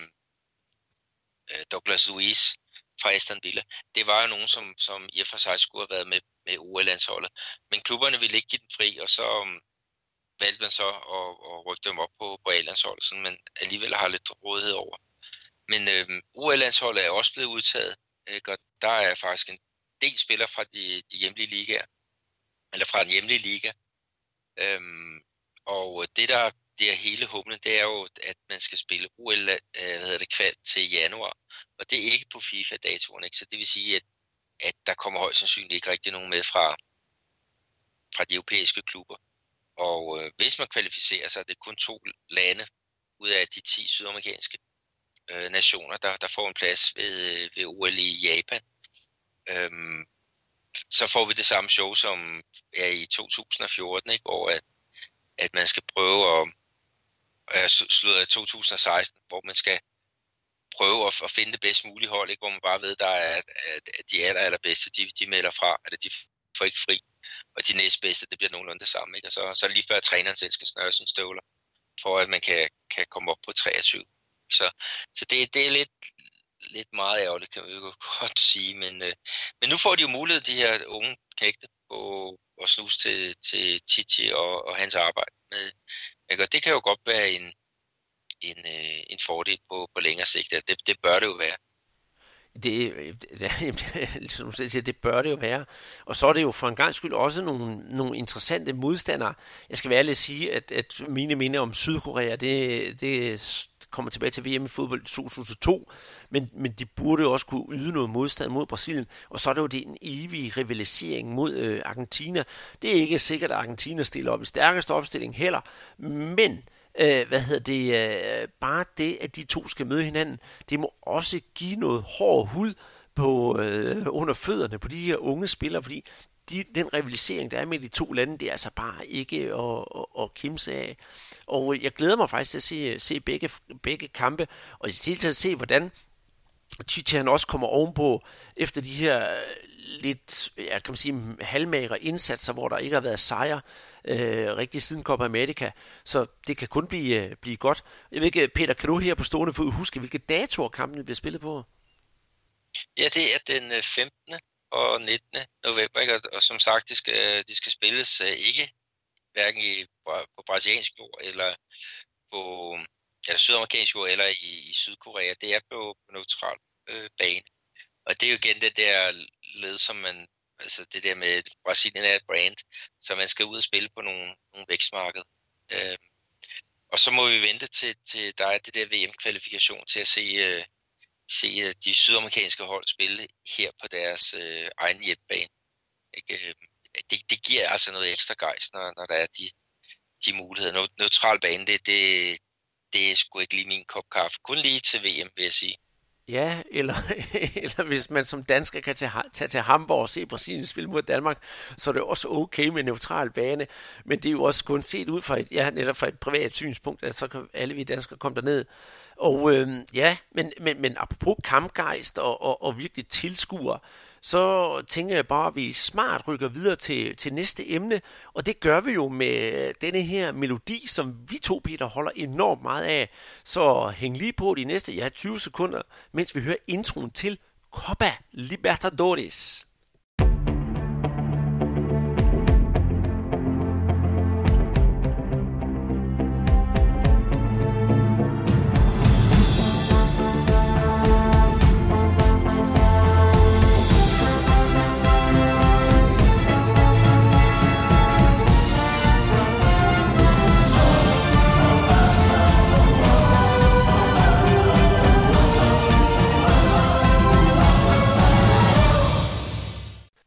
Douglas Luiz fra Aston Villa. Det var jo nogen, som, som i og for sig skulle have været med, med U L-landsholdet. Men klubberne ville ikke give den fri, og så um, valgte man så at, at rykke dem op på, på A-landsholdet, så man alligevel har lidt rådighed over. Men øhm, U L-landsholdet er også blevet udtaget, ikke? Og der er faktisk en del spillere fra de, de hjemlige ligaer, eller fra den hjemlige liga. Øhm, og det, der bliver hele humlen, det er jo, at man skal spille U L, øh, hvad hedder det, kval til januar. Og det er ikke på FIFA-datoren, ikke? Så det vil sige, at, at der kommer højst sandsynligt ikke rigtig nogen med fra, fra de europæiske klubber. Og øh, hvis man kvalificerer sig, det er kun to lande ud af de ti sydamerikanske øh, nationer, der, der får en plads ved, ved O L i Japan. Øhm, så får vi det samme show, som er i to tusind og fjorten, ikke? Hvor at, at man skal prøve at øh, slutte to tusind og seksten, hvor man skal prøve at, at finde det bedst mulige hold, ikke? Hvor man bare ved, der er, at, at de aller, allerbedste, de, de melder fra, eller de får ikke fri. Og de næstbedste, det bliver nogenlunde det samme, ikke? Og så, så lige før træneren selv skal snøre sine støvler, for at man kan, kan komme op på treogtyve. Så, så det, det er lidt, lidt meget ærgerligt, kan vi jo godt sige. Men, øh, men nu får de jo mulighed, de her unge knægte, på at snuse til, til Tite og, og hans arbejde. Med, ikke? Og det kan jo godt være en, en, øh, en fordel på, på længere sigt. Det, det bør det jo være. Det, det, som du siger, det bør det jo være. Og så er det jo for en gang skyld også nogle, nogle interessante modstandere. Jeg skal være ærlig at sige, at, at mine minder om Sydkorea, det, det kommer tilbage til V M i fodbold i to tusind og to, men, men de burde jo også kunne yde noget modstand mod Brasilien. Og så er det jo det en evig rivalisering mod øh, Argentina. Det er ikke sikkert, at Argentina stiller op i stærkeste opstilling heller, men Øh, hvad hedder det, øh, bare det, at de to skal møde hinanden, det må også give noget hård hud på, øh, under fødderne på de her unge spillere, fordi de, den rivalisering, der er med de to lande, det er altså bare ikke at, at, at kimse af. Og jeg glæder mig faktisk til at se, se begge, begge kampe, og i stedet til at se, hvordan Tite han også kommer ovenpå efter de her lidt, ja, kan man sige, halvmagre indsatser, hvor der ikke har været sejre øh, rigtig siden Copa America. Så det kan kun blive, blive godt. Jeg ved ikke, Peter, kan du her på stående fod huske, hvilke datoer kampen bliver spillet på? Ja, det er den femtende og nittende november, ikke? Og som sagt, de skal, de skal spilles ikke hverken i, på brasiliansk jord eller på eller sydamerikansk jord eller i, i Sydkorea. Det er på, på neutral øh, bane. Og det er jo igen det der led, som man, altså det der med Brasilien er et brand, så man skal ud og spille på nogle, nogle vækstmarked. Øh, og så må vi vente til, til der er det der V M-kvalifikation til at se, øh, se de sydamerikanske hold spille her på deres øh, egen hjemmebane. Ikke? Det, det giver altså noget ekstra gejst, når, når der er de, de muligheder. Neutral bane, det, det, det er sgu ikke lige min kop kaffe. Kun lige til V M, vil jeg sige. Ja, eller, eller hvis man som dansker kan tage, tage til Hamburg og se Brasilien spille mod Danmark, så er det også okay med neutral bane, men det er jo også kun set ud fra et, ja, netop fra et privat synspunkt, at så kan alle vi danskere komme derned. Og øh, ja, men, men, men apropos kampgejst og, og, og virkelig tilskuer, så tænker jeg bare, at vi smart rykker videre til, til næste emne, og det gør vi jo med denne her melodi, som vi to, Peter, holder enormt meget af. Så hæng lige på de næste ja, tyve sekunder, mens vi hører introen til Copa Libertadores.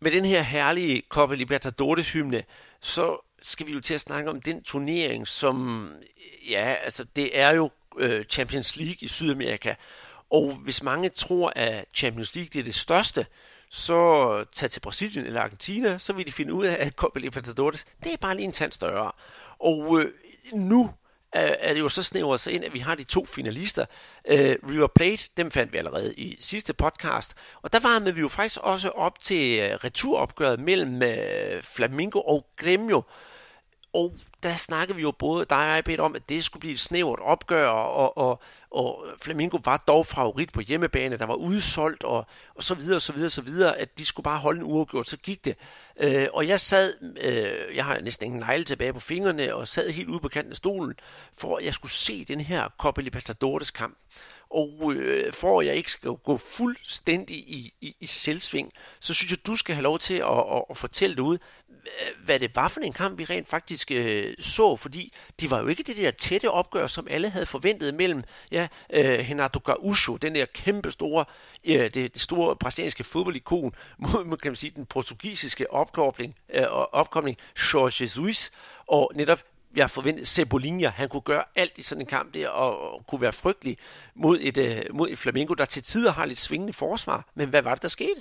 Med den her herlige Copa Libertadores-hymne, så skal vi jo til at snakke om den turnering, som, ja, altså det er jo øh, Champions League i Sydamerika. Og hvis mange tror, at Champions League det er det største, så tag til Brasilien eller Argentina, så vil de finde ud af, at Copa Libertadores, det er bare lige en tand større. Og øh, nu er det jo så snævret sig ind, at vi har de to finalister. Øh, River Plate, dem fandt vi allerede i sidste podcast. Og der varmede vi jo faktisk også op til returopgøret mellem øh, Flamengo og Grêmio. Og der snakkede vi jo både dig og jeg, Peter, om, at det skulle blive et snævert opgør, og, og, og Flamengo var dog favorit på hjemmebane, der var udsolgt, og, og så videre, og så videre, så videre, at de skulle bare holde en uafgjort, så gik det. Øh, og jeg sad, øh, jeg har næsten ingen negle tilbage på fingrene, og sad helt ude på kanten af stolen, for at jeg skulle se den her Copa Libertadores kamp. Og øh, for at jeg ikke skal gå fuldstændig i, i, i selvsving, så synes jeg, du skal have lov til at, at, at fortælle det ud, hvad det var for en kamp, vi rent faktisk øh, så, fordi det var jo ikke det der tætte opgør, som alle havde forventet mellem ja, øh, Renato Gaúcho, den der kæmpe store, øh, det, det store brasilianske fodboldikon, mod, kan man sige, den portugisiske opkobling, øh, opkobling Jorge Jesus, og netop jeg forventede Cebolinha, han kunne gøre alt i sådan en kamp der, og, og kunne være frygtelig mod et, øh, mod et Flamengo, der til tider har lidt svingende forsvar. Men hvad var det, der skete?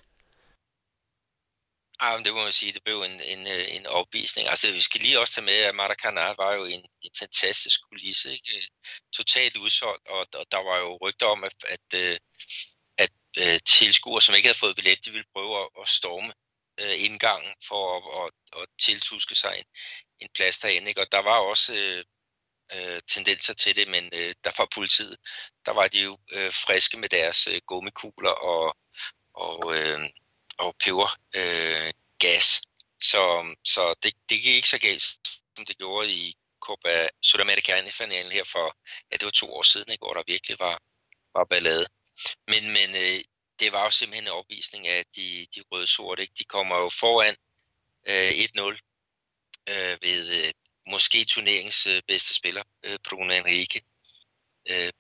Ja, det må man sige, det blev en, en, en opvisning. Altså, vi skal lige også tage med, at Maracanã var jo en, en fantastisk kulisse, ikke? Totalt udsolgt, og, og der var jo rygter om, at, at, at, at, at tilskuere, som ikke havde fået billet, de ville prøve at, at storme uh, indgangen for at, at, at tiltuske sig en, en plads derinde, ikke? Og der var også uh, tendenser til det, men uh, der var politiet, der var de jo uh, friske med deres uh, gummikugler og, og uh, og peber øh, gas. Så, så det, det gik ikke så galt, som det gjorde i Copa Sudamericana-finalen her for, ja, det var to år siden, ikke, hvor der virkelig var, var ballade. Men, men øh, det var jo simpelthen en opvisning af de, de røde-sorte, ikke? De kommer jo foran øh, et nul øh, ved øh, måske turneringens øh, bedste spiller, øh, Bruno Henrique. Øh,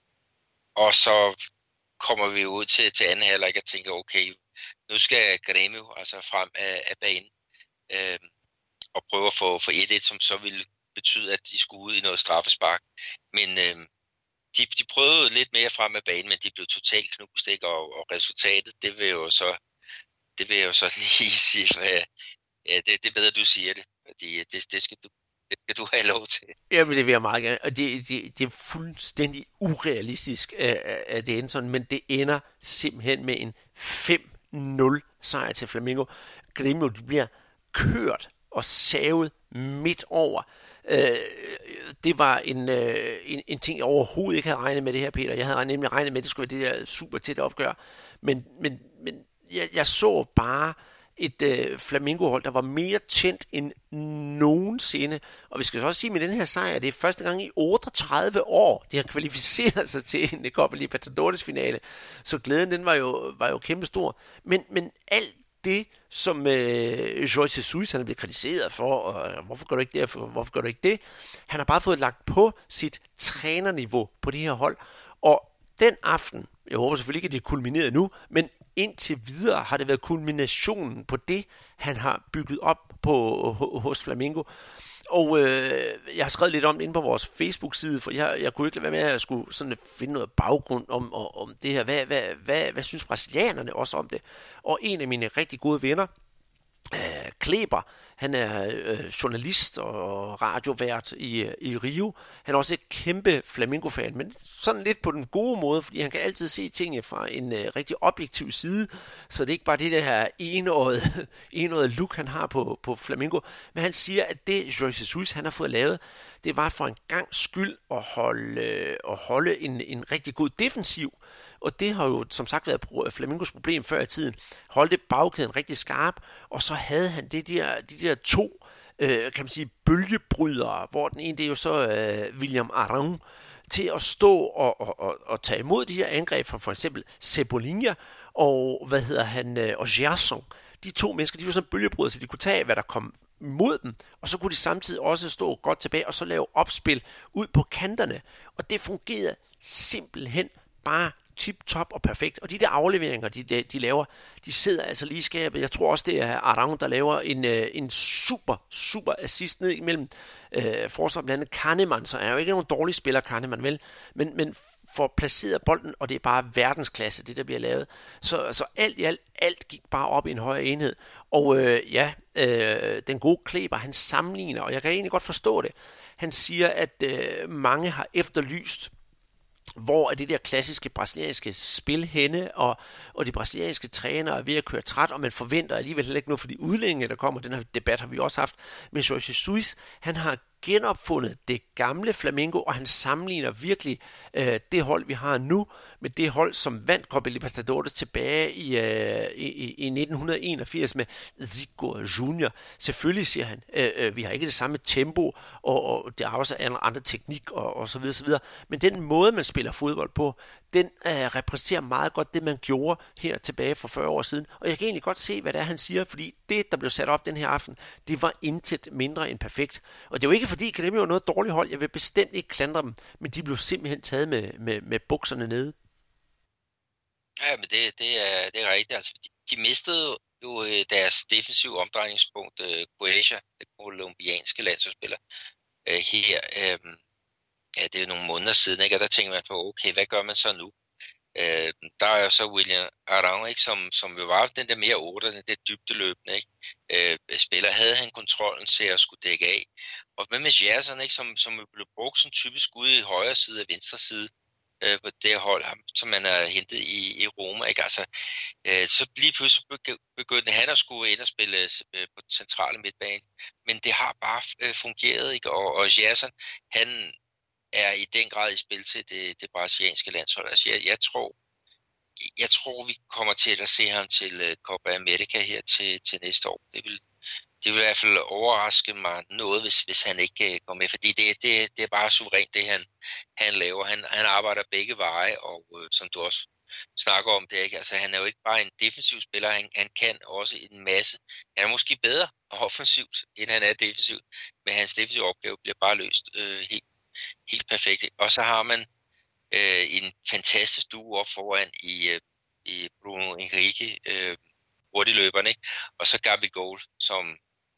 og så kommer vi ud til, til anden halvleg og tænker, okay, nu skal Grêmio altså frem af, af banen øh, og prøve at få, få et et, som så ville betyde, at de skulle ud i noget straffespark. Men øh, de, de prøvede lidt mere frem af banen, men de blev totalt knust, ikke? Og, og resultatet, det vil jo så, det vil jo så lige sige, at ja, det, det er bedre, du siger det, fordi det, det, skal du, det skal du have lov til. Jamen, det vil jeg meget gerne, og det, det, det er fuldstændig urealistisk, at det ender sådan, men det ender simpelthen med en fem nul sejr til Flamengo. Grêmio, de bliver kørt og savet midt over. Øh, det var en, øh, en, en ting, jeg overhovedet ikke havde regnet med det her, Peter. Jeg havde nemlig regnet med, at det skulle være det der super tæt opgør. Men, men, men jeg, jeg så bare et øh, Flamengo-hold, der var mere tændt end nogensinde. Og vi skal så også sige med den her sejr, det er første gang i otteogtredive år, de har kvalificeret sig til en Copa Libertadores-finale. Så glæden, den var jo, var jo kæmpestor. Men, men alt det, som øh, Jorge Jesus, han er blevet kritiseret for, og hvorfor gør du ikke det, hvorfor gør du ikke det? Han har bare fået lagt på sit trænerniveau på det her hold. Og den aften, jeg håber selvfølgelig ikke, at det er kulmineret nu, men indtil videre har det været kulminationen på det, han har bygget op på hos Flamengo. Og øh, jeg har skrevet lidt om det inde på vores Facebook-side, for jeg, jeg kunne ikke lade være med, at jeg skulle sådan finde noget baggrund om, om, om det her. Hvad, hvad, hvad, hvad synes brasilianerne også om det? Og en af mine rigtig gode venner, øh, Kleber, han er øh, journalist og radiovært i, i Rio. Han er også et kæmpe Flamengo-fan, men sådan lidt på den gode måde, fordi han kan altid se tingene fra en øh, rigtig objektiv side, så det er ikke bare det der her enårede, enårede look, han har på, på Flamengo. Men han siger, at det Jorge Jesus, han har fået lavet, det var for en gang skyld at holde, øh, at holde en, en rigtig god defensiv. Og det har jo som sagt været Flamengos problem før i tiden. Holdte bagkæden rigtig skarp, og så havde han det der, de der to øh, kan man sige, bølgebrydere, hvor den ene det er jo så øh, William Arão, til at stå og, og, og, og tage imod de her angreb fra for eksempel Cebolinha og hvad hedder han øh, og Gerson. De to mennesker, de var sådan bølgebrydere, så de kunne tage, hvad der kom mod dem, og så kunne de samtidig også stå godt tilbage og så lave opspil ud på kanterne. Og det fungerede simpelthen bare tip-top og perfekt. Og de der afleveringer, de, de, de laver, de sidder altså lige i skabet. Jeg tror også, det er Arang, der laver en, en super, super assist ned imellem øh, forsvaret, blandt andet Kahneman, så er jo ikke nogen dårlig spiller, Kahneman, vel? Men, men får placeret bolden, og det er bare verdensklasse, det der bliver lavet. Så, så alt i alt, alt gik bare op i en højere enhed. Og øh, ja, øh, den gode Kleber, han sammenligner, og jeg kan egentlig godt forstå det. Han siger, at øh, mange har efterlyst, hvor er det der klassiske brasilianske spil henne, og, og de brasilianske trænere er ved at køre træt, og man forventer alligevel heller ikke noget for de udlændinge, der kommer. Den her debat har vi også haft. Men Jorge Jesus, han har genopfundet det gamle Flamengo, og han sammenligner virkelig øh, det hold, vi har nu, med det hold, som vandt Copa Libertadores tilbage i, øh, i, i nitten enogfirs med Zico Junior. Selvfølgelig, siger han, øh, øh, vi har ikke det samme tempo, og, og det er også andre teknik, og, og så videre, så videre. Men den måde, man spiller fodbold på, den øh, repræsenterer meget godt det, man gjorde her tilbage for fyrre år siden. Og jeg kan egentlig godt se, hvad det er, han siger, fordi det, der blev sat op den her aften, det var intet mindre end perfekt. Og det er jo ikke fordi, Grêmio var noget dårligt hold. Jeg vil bestemt ikke klandre dem, men de blev simpelthen taget med, med, med bukserne nede. Ja, men det, det, er, det er rigtigt. Altså, de, de mistede jo øh, deres defensive omdrejningspunkt, øh, Cueja, den kolumbianske landsholdsspiller, øh, her. Øh, ja, det er jo nogle måneder siden, ikke? Og der tænker man på, okay, hvad gør man så nu? Øh, der er jo så William Arão, ikke? Som, som jo var den der mere otterne, det dybdeløbende, ikke? Øh, spiller, havde han kontrollen til at skulle dække af. Og hvad med Gerson, ikke? Som, som blev brugt som typisk ude i højre side og venstre side øh, på det hold, som man har hentet i, i Roma, ikke? Altså, øh, så lige pludselig begyndte han at skulle ind og spille øh, på den centrale midtbane. Men det har bare øh, fungeret, ikke? Og, og Gerson, han er i den grad i spil til det, det brasilianske landshold. Altså jeg, jeg, tror, jeg tror, vi kommer til at se ham til uh, Copa America her til, til næste år. Det vil, det vil i hvert fald overraske mig noget, hvis, hvis han ikke uh, går med, fordi det, det, det er bare suverænt, det han, han laver. Han, han arbejder begge veje, og uh, som du også snakker om det, ikke? Altså, han er jo ikke bare en defensiv spiller, han, han kan også en masse. Han er måske bedre offensivt, end han er defensivt, men hans defensive opgave bliver bare løst uh, helt Helt perfekt. Og så har man øh, en fantastisk duo op foran i, øh, i Bruno Henrique, øh, hurtigløberne, ikke? Og så Gabigol, som,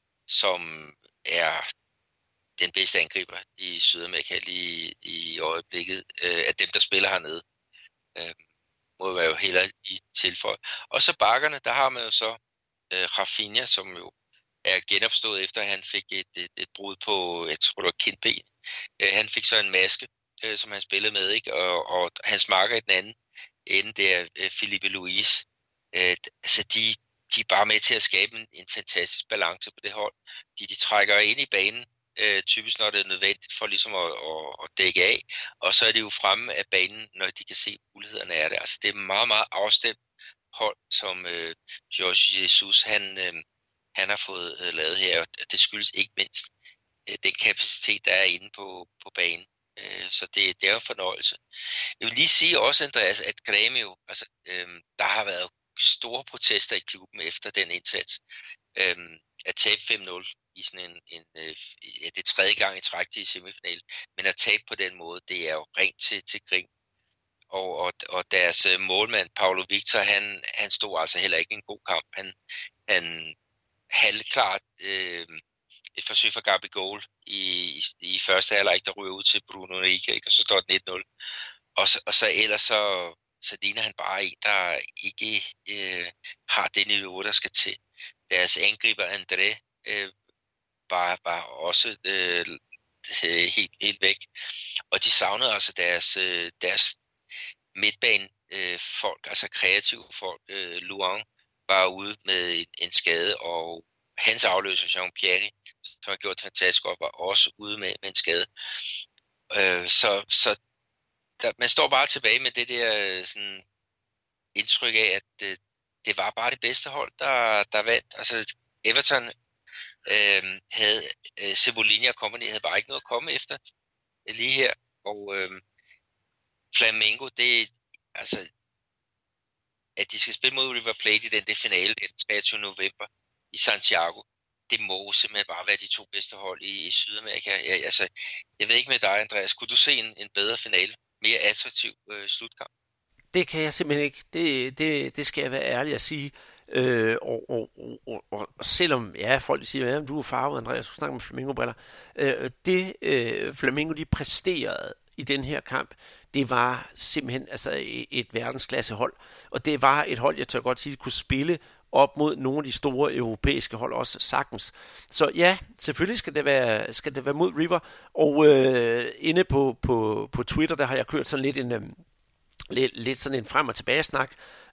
som er den bedste angriber i Sydamerika lige i øjeblikket, øh, af dem, der spiller hernede. Øh, må være jo heller i tilføj. Og så bakkerne, der har man jo så øh, Rafinha, som jo er genopstået efter, at han fik et, et, et brud på, jeg tror det var kindben. Øh, han fik så en maske, øh, som han spillede med, ikke? Og, og hans marker i den anden ende, det er øh, Felipe Luis. Øh, altså, de, de er bare med til at skabe en, en fantastisk balance på det hold. De, de trækker ind i banen, øh, typisk når det er nødvendigt for ligesom at, at, at dække af, og så er det jo fremme af banen, når de kan se mulighederne er der. Altså, det er meget, meget afstemt hold, som øh, Jorge Jesus, han... Øh, han har fået øh, lavet her, og det skyldes ikke mindst øh, den kapacitet, der er inde på, på banen. Øh, så det, det er jo en fornøjelse. Jeg vil lige sige også, Andreas, at Grêmio, altså, øh, der har været store protester i klubben efter den indsats. Øh, at tabe fem nul i sådan en, en øh, ja, det er tredje gang i træk i semifinalen, men at tabe på den måde, det er jo rent til, til grin. Og, og, og deres øh, målmand, Paulo Victor, han, han stod altså heller ikke i en god kamp. Han, han halvklart øh, et forsøg for Gabigol i, i, i første halvleg, der ryger ud til Bruno Henrique, ikke? Og så står den et nul. Og så, og så ellers så, så ligner han bare en, der ikke øh, har det niveau, der skal til. Deres angriber André øh, var, var også øh, helt, helt væk. Og de savnede altså deres, øh, deres midtbane øh, folk, altså kreative folk. Øh, Luan var ude med en, en skade, og hans afløser, Jean-Pierre, som har gjort det fantastisk godt, var også ude med, med en skade. Øh, så så der, man står bare tilbage med det der sådan, indtryk af, at det, det var bare det bedste hold, der, der vandt. Altså Everton øh, havde øh, Cebolinha og Company havde bare ikke noget at komme efter lige her. Og øh, Flamengo, det altså at de skal spille mod River Plate i den der finale den treogtyvende november i Santiago, det må simpelthen bare være de to bedste hold i, i Sydamerika. Jeg, altså, jeg ved ikke med dig, Andreas, kunne du se en, en bedre finale, mere attraktiv øh, slutkamp? det kan jeg simpelthen ikke. Det, det, det skal jeg være ærlig at sige. Øh, og, og, og, og, og selvom ja, folk siger, at du er farvet, Andreas, du snakker med Flamingo-briller. Øh, det øh, Flamingo de præsterede i den her kamp, det var simpelthen altså et, et verdensklassehold. Og det var et hold, jeg tør godt sige, kunne spille op mod nogle af de store europæiske hold også sagtens. Så ja, selvfølgelig skal det være, skal det være mod River. Og øh, inde på, på, på Twitter, der har jeg kørt sådan lidt en... Um, Lidt, lidt sådan en frem- og tilbagesnak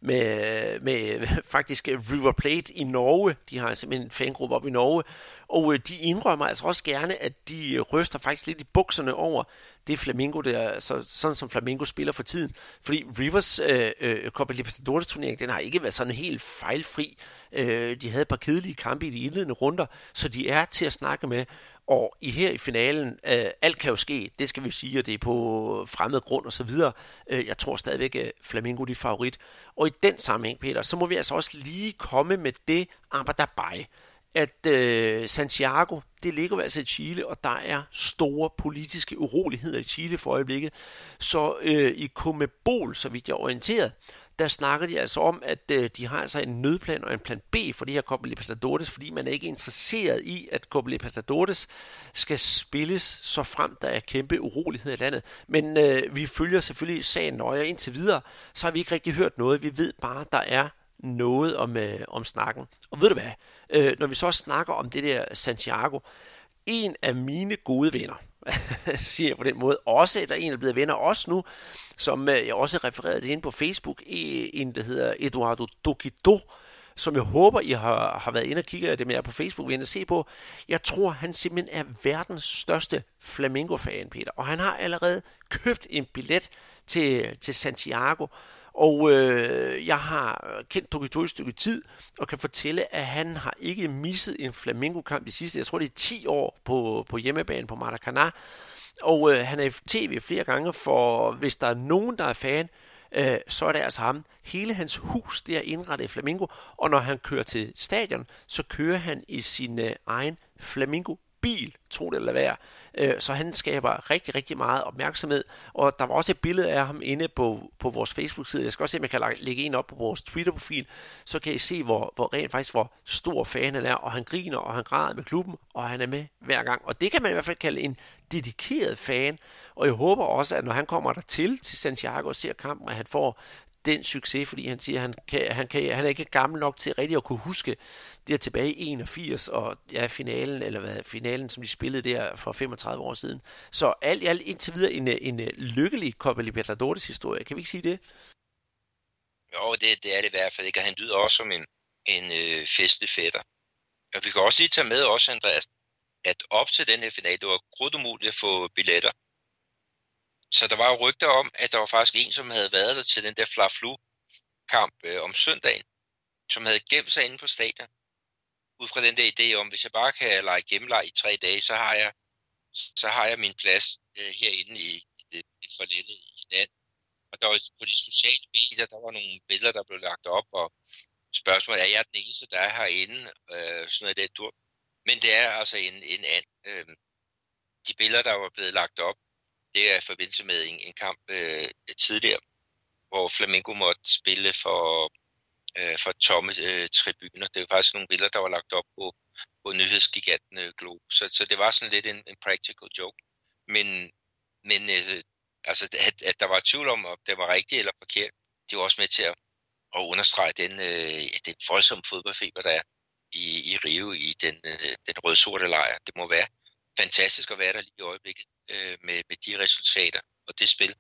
med, med faktisk River Plate i Norge. De har simpelthen en fangruppe op i Norge, og de indrømmer altså også gerne, at de ryster faktisk lidt i bukserne over det Flamingo, der, så, sådan som Flamingo spiller for tiden. Fordi Rivers øh, øh, Copa Libertadores turnering, den har ikke været sådan helt fejlfri. Øh, de havde et par kedelige kampe i de indledende runder, så de er til at snakke med. Og i her i finalen, øh, alt kan jo ske, det skal vi sige, at det er på fremmed grund og så videre. Øh, jeg tror stadigvæk, at Flamingo er favorit. Og i den sammenhæng, Peter, så må vi altså også lige komme med det arbejderbej, at øh, Santiago, det ligger altså i Chile, og der er store politiske uroligheder i Chile for øjeblikket. Så øh, i CONMEBOL, så vidt jeg er orienteret, der snakker de altså om, at øh, de har altså en nødplan og en plan B for det her Copa Libertadores, fordi man er ikke interesseret i, at Copa Libertadores skal spilles, så frem der er kæmpe urolighed i landet. Men øh, vi følger selvfølgelig sagen nøje indtil videre, så har vi ikke rigtig hørt noget. Vi ved bare, at der er noget om, øh, om snakken. Og ved du hvad, øh, når vi så snakker om det der Santiago, en af mine gode venner, siger jeg på den måde, også, eller en, der er blevet venner også nu, som øh, jeg også refererede til inde på Facebook, en, der hedder Eduardo Tokido, som jeg håber, I har, har været inde og kigge af det med jer på Facebook, vil se på. Jeg tror, han simpelthen er verdens største Flamingo-fan, Peter, og han har allerede købt en billet til, til Santiago. Og øh, jeg har kendt Tokido i et stykke tid, og kan fortælle, at han har ikke misset en Flamingo-kamp de sidste, jeg tror det er ti år på, på hjemmebane på Maracanã. Og øh, han er i tv flere gange, for hvis der er nogen, der er fan, øh, så er det altså ham. Hele hans hus, det er indrettet i Flamingo, og når han kører til stadion, så kører han i sin øh, egen Flamingo bil, tro det eller være. Så han skaber rigtig, rigtig meget opmærksomhed. Og der var også et billede af ham inde på, på vores Facebook-side. Jeg skal også se, om jeg kan lægge en op på vores Twitter-profil. Så kan I se, hvor, hvor rent faktisk hvor stor fan han er. Og han griner, og han græder med klubben, og han er med hver gang. Og det kan man i hvert fald kalde en dedikeret fan. Og jeg håber også, at når han kommer der til til Santiago og ser kampen, at han får den succes, fordi han siger, at han, kan, han, kan, han er ikke gammel nok til rigtig at kunne huske det tilbage i enogfirs, og ja, finalen, eller hvad, finalen, som de spillede der for femogtredive år siden. Så alt i alt indtil videre en, en, en lykkelig Copa Libertadores historie. Kan vi ikke sige det? Jo, det, det er det i hvert fald ikke, og han lyder også som en, en øh, festlig fætter. Og vi kan også lige tage med også, Andreas, at op til den her finale, det var grudt umuligt at få billetter. Så der var jo rygter om, at der var faktisk en, som havde været der til den der Fla-Flu-kamp øh, om søndagen, som havde gemt sig inde på stadion. Ud fra den der idé om, hvis jeg bare kan lege gennemleg i tre dage, så har jeg, så har jeg min plads øh, herinde i, i det i forlettet i land. Og der var på de sociale medier, der var nogle billeder, der blev lagt op, og spørgsmålet er, er jeg den eneste, der er herinde? Øh, sådan noget der dur. Men det er altså en, en anden. Øh, de billeder, der var blevet lagt op, det er i forbindelse med en, en kamp øh, tidligere, hvor Flamingo måtte spille for, øh, for tomme øh, tribuner. Det var faktisk nogle billeder, der var lagt op på, på nyhedsgiganten øh, Globe. Så, så det var sådan lidt en, en practical joke. Men, men øh, altså, at, at der var tvivl om, om det var rigtigt eller forkert, det var også med til at, at understrege den, øh, den voldsomme fodboldfeber, der er i, i Rio i den, øh, den rød-sorte lejr. Det må være fantastisk at være der lige i øjeblikket øh, med, med de resultater og det spil.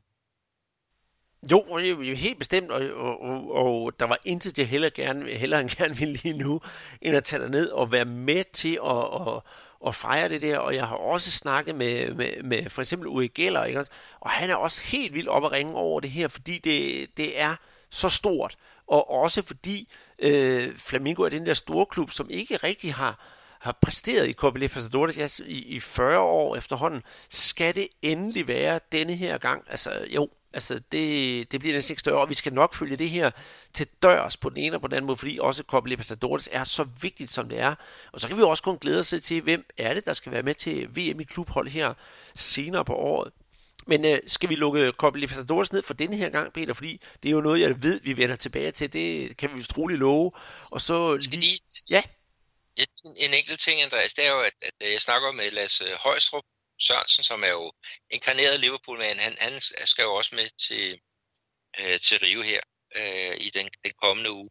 Jo, helt bestemt, og, og, og, og der var intet, jeg hellere gerne, hellere end gerne ville lige nu, end at tage derned og være med til at, og, og fejre det der, og jeg har også snakket med, med, med for eksempel Uri Geller, ikke? Og han er også helt vildt op at ringe over det her, fordi det, det er så stort, og også fordi øh, Flamingo er den der store klub, som ikke rigtig har har præsteret i Copa Libertadores i, i fyrre år efterhånden. Skal det endelig være denne her gang? Altså jo, altså det, det bliver næsten ikke større, og vi skal nok følge det her til dørs på den ene og på den anden måde, fordi også Copa Libertadores er så vigtigt, som det er. Og så kan vi også kun glæde os til, hvem er det, der skal være med til V M i klubhold her senere på året. Men øh, skal vi lukke Copa Libertadores ned for denne her gang, Peter? Fordi det er jo noget, jeg ved, vi vender tilbage til. Det kan vi vist troligt love. Og så lige... Ja. Ja, en enkelt ting, Andreas, det er jo, at, at jeg snakker med Lasse Højstrup Sørensen, som er jo inkarneret Liverpool-mand. Han, han skal jo også med til, øh, til Rio her øh, i den, den kommende uge.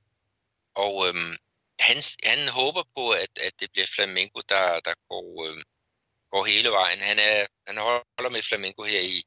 Og øhm, han, han håber på, at, at det bliver Flamengo, der, der går, øhm, går hele vejen. Han, er, han holder med Flamengo her i,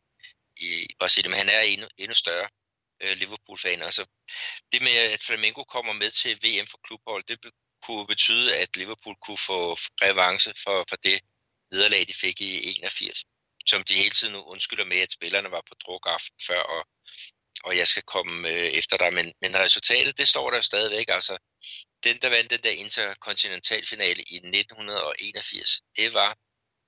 i Brasilien, men han er endnu, endnu større øh, Liverpool-fan. Altså, det med, at Flamengo kommer med til V M for klubhold, det kunne betyde, at Liverpool kunne få revanche for, for det nederlag, de fik i enogfirs. Som de hele tiden undskylder med, at spillerne var på druk aften før, og, og jeg skal komme øh, efter dig. Men, men resultatet, det står der stadigvæk. Altså, den, der vandt den der interkontinentalfinale i nitten enogfirs, det var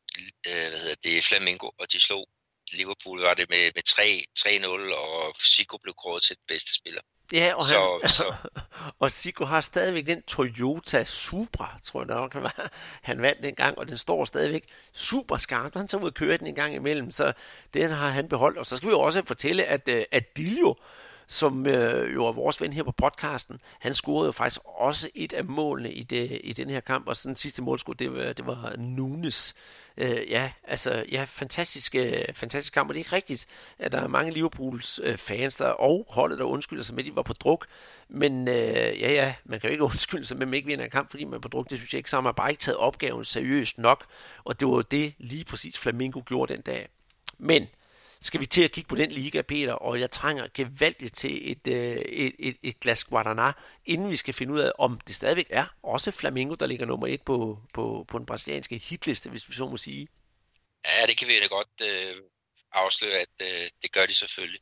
øh, hvad hedder det, Flamengo, og de slog Liverpool, var det med, med tre nul, og Zico blev kåret til den bedste spiller. Ja, og, så, han, så. og Zico har stadigvæk den Toyota Supra, tror jeg nok, han, var. Han vandt den gang, og den står stadigvæk super skarpt. Han tager ud og kører den en gang imellem, så den har han beholdt. Og så skal vi jo også fortælle, at uh, Adilio, som øh, jo er vores ven her på podcasten, han scorede jo faktisk også et af målene i, det, i den her kamp, og så den sidste målskud, det var, det var Nunes. Øh, ja, altså, ja, fantastisk, øh, fantastisk kamp, og det er ikke rigtigt, at der er mange Liverpools øh, fans, der og holdet, der undskylder sig med, at de var på druk, men øh, ja, ja, man kan jo ikke undskylde sig med, at man ikke vinder en kamp, fordi man er på druk, det synes jeg ikke, så har man bare ikke taget opgaven seriøst nok, og det var det lige præcis Flamengo gjorde den dag. Men skal vi til at kigge på den liga, Peter, og jeg trænger gevaldigt til et, et, et, et glas Guaraná, inden vi skal finde ud af, om det stadigvæk er også Flamengo, der ligger nummer et på, på, på den brasilianske hitliste, hvis vi så må sige. Ja, det kan vi da godt øh, afsløre, at øh, det gør de selvfølgelig.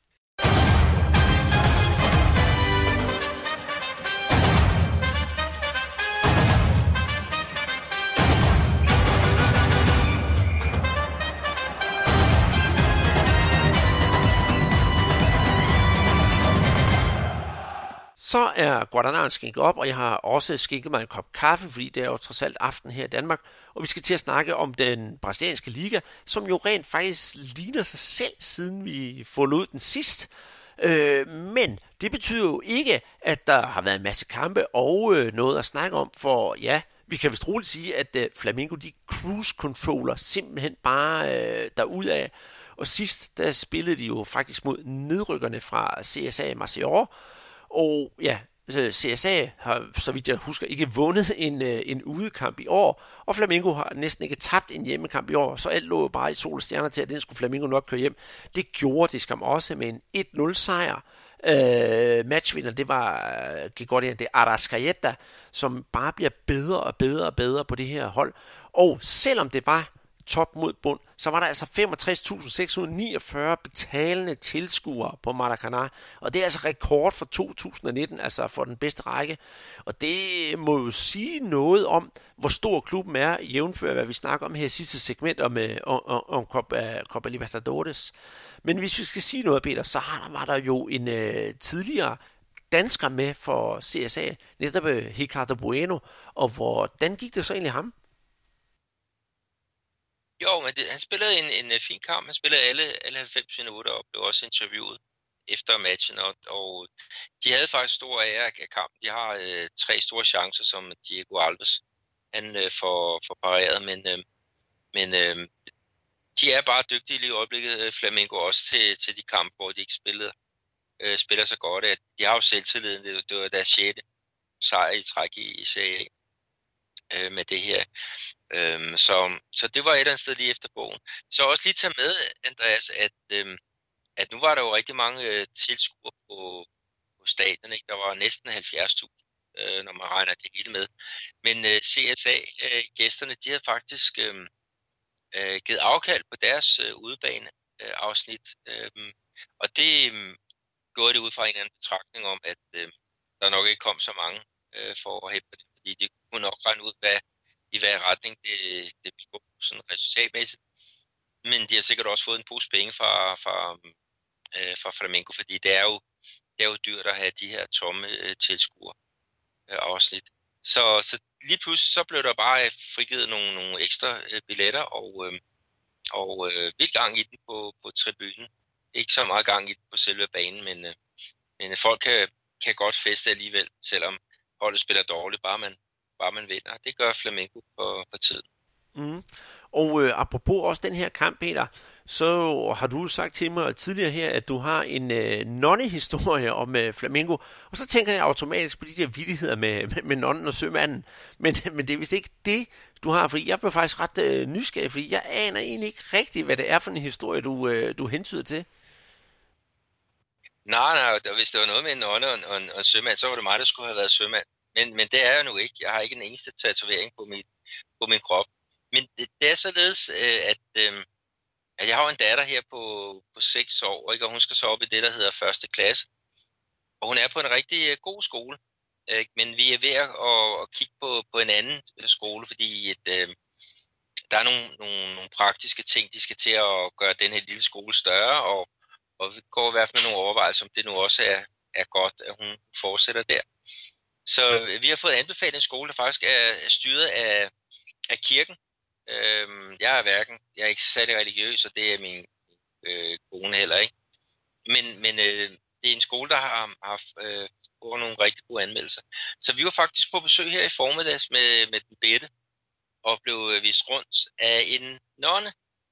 Så er Guaranáen skænket op, og jeg har også skænket mig en kop kaffe, fordi det er jo trods alt aften her i Danmark. Og vi skal til at snakke om den brasilianske liga, som jo rent faktisk ligner sig selv, siden vi forlod ud den sidst. Øh, men det betyder jo ikke, at der har været en masse kampe og øh, noget at snakke om, for ja, vi kan vist roligt sige, at øh, Flamengo, de cruise-controller simpelthen bare øh, derudad. Og sidst, der spillede de jo faktisk mod nedrykkerne fra C S A Maceió. Og ja, C S A har, så vidt jeg husker, ikke vundet en, en udekamp i år, og Flamengo har næsten ikke tabt en hjemmekamp i år, så alt lå bare i sol og stjerner til, at den skulle Flamengo nok køre hjem. Det gjorde de skam også med en et nul sejr. Øh, matchvinder, det var, gik godt ind, det er Arrascaeta, som bare bliver bedre og bedre og bedre på det her hold. Og selvom det var top mod bund, så var der altså femogtres tusind seks hundrede niogfyrre betalende tilskuere på Maracanã, og det er altså rekord for to tusind nitten, altså for den bedste række, og det må jo sige noget om, hvor stor klubben er, jævnfør hvad vi snakker om her i sidste segment om, om, om Copa, Copa Libertadores. Men hvis vi skal sige noget, Peter, så var der jo en uh, tidligere dansker med for C S A, netop Ricardo Bueno, og hvordan gik det så egentlig ham? Jo, men det, han spillede en, en fin kamp. Han spillede alle, alle halvfems minutter og blev også interviewet efter matchen. Og, og de havde faktisk stor ære af kampen. De har øh, tre store chancer, som Diego Alves han øh, får, får pareret. Men, øh, men øh, de er bare dygtige lige i øjeblikket, Flamengo, også til, til de kampe, hvor de ikke spillede, øh, spiller så godt. At de har jo selvtilliden. Det, det var deres sjette sejr i træk i, i Serie A med det her. Øhm, så, så det var et eller andet sted lige efter bogen. Så også lige tage med, Andreas, at, øhm, at nu var der jo rigtig mange øh, tilskuere på, på stadion. Ikke? Der var næsten halvfjerds tusind, øh, når man regner det hele med. Men øh, C S A-gæsterne, øh, de havde faktisk øh, øh, givet afkald på deres øh, udebane-afsnit. Øh, øh, og det øh, gjorde det ud fra en eller anden betragtning om, at øh, der nok ikke kom så mange øh, for at hæppe det. Fordi de kunne nok regne ud, hvad, i hvad retning det, det ville gå sådan resultatmæssigt. Men de har sikkert også fået en pose penge fra, fra, øh, fra Flamengo, fordi det er, jo, det er jo dyrt at have de her tomme øh, tilskuer øh, afsnit. Så, så lige pludselig så blev der bare frigivet nogle, nogle ekstra øh, billetter, og, øh, og øh, vildt gang i den på, på tribunen. Ikke så meget gang i den på selve banen, men, øh, men folk kan, kan godt feste alligevel, selvom holdet spiller dårligt, bare man, bare man vinder. Det gør Flamengo på, på tiden. Mm. Og øh, apropos også den her kamp, Peter, så har du sagt til mig tidligere her, at du har en øh, nonnehistorie om øh, Flamengo, og så tænker jeg automatisk på de der vittigheder med, med, med nonnen og sømanden, men, men det er vist ikke det, du har, fordi jeg blev faktisk ret øh, nysgerrig, fordi jeg aner egentlig ikke rigtigt, hvad det er for en historie, du, øh, du hentyder til. Nej, nej, hvis det var noget med en nonne og, og, og en sømand, så var det mig, der skulle have været sømand, men, men det er jeg nu ikke. Jeg har ikke en eneste tatovering på min, på min krop. Men det, det er således, øh, at, øh, at jeg har en datter her på, på seks år, ikke? Og hun skal så op i det, der hedder første klasse. Og hun er på en rigtig øh, god skole, ikke? Men vi er ved at, at, at kigge på, på en anden skole, fordi et, øh, der er nogle, nogle, nogle praktiske ting, de skal til at gøre den her lille skole større, og, og vi går i hvert fald med nogle overvejelser, om det nu også er, er godt, at hun fortsætter der. Så øh, vi har fået anbefalet en skole, der faktisk er styret af, af kirken. Jeg er hverken, jeg er ikke særlig religiøs, og det er min øh, kone heller ikke. Men, men øh, det er en skole, der har haft øh, nogle rigtig gode anmeldelser. Så vi var faktisk på besøg her i formiddags med, med den Bette, og blev vist rundt af en nonne,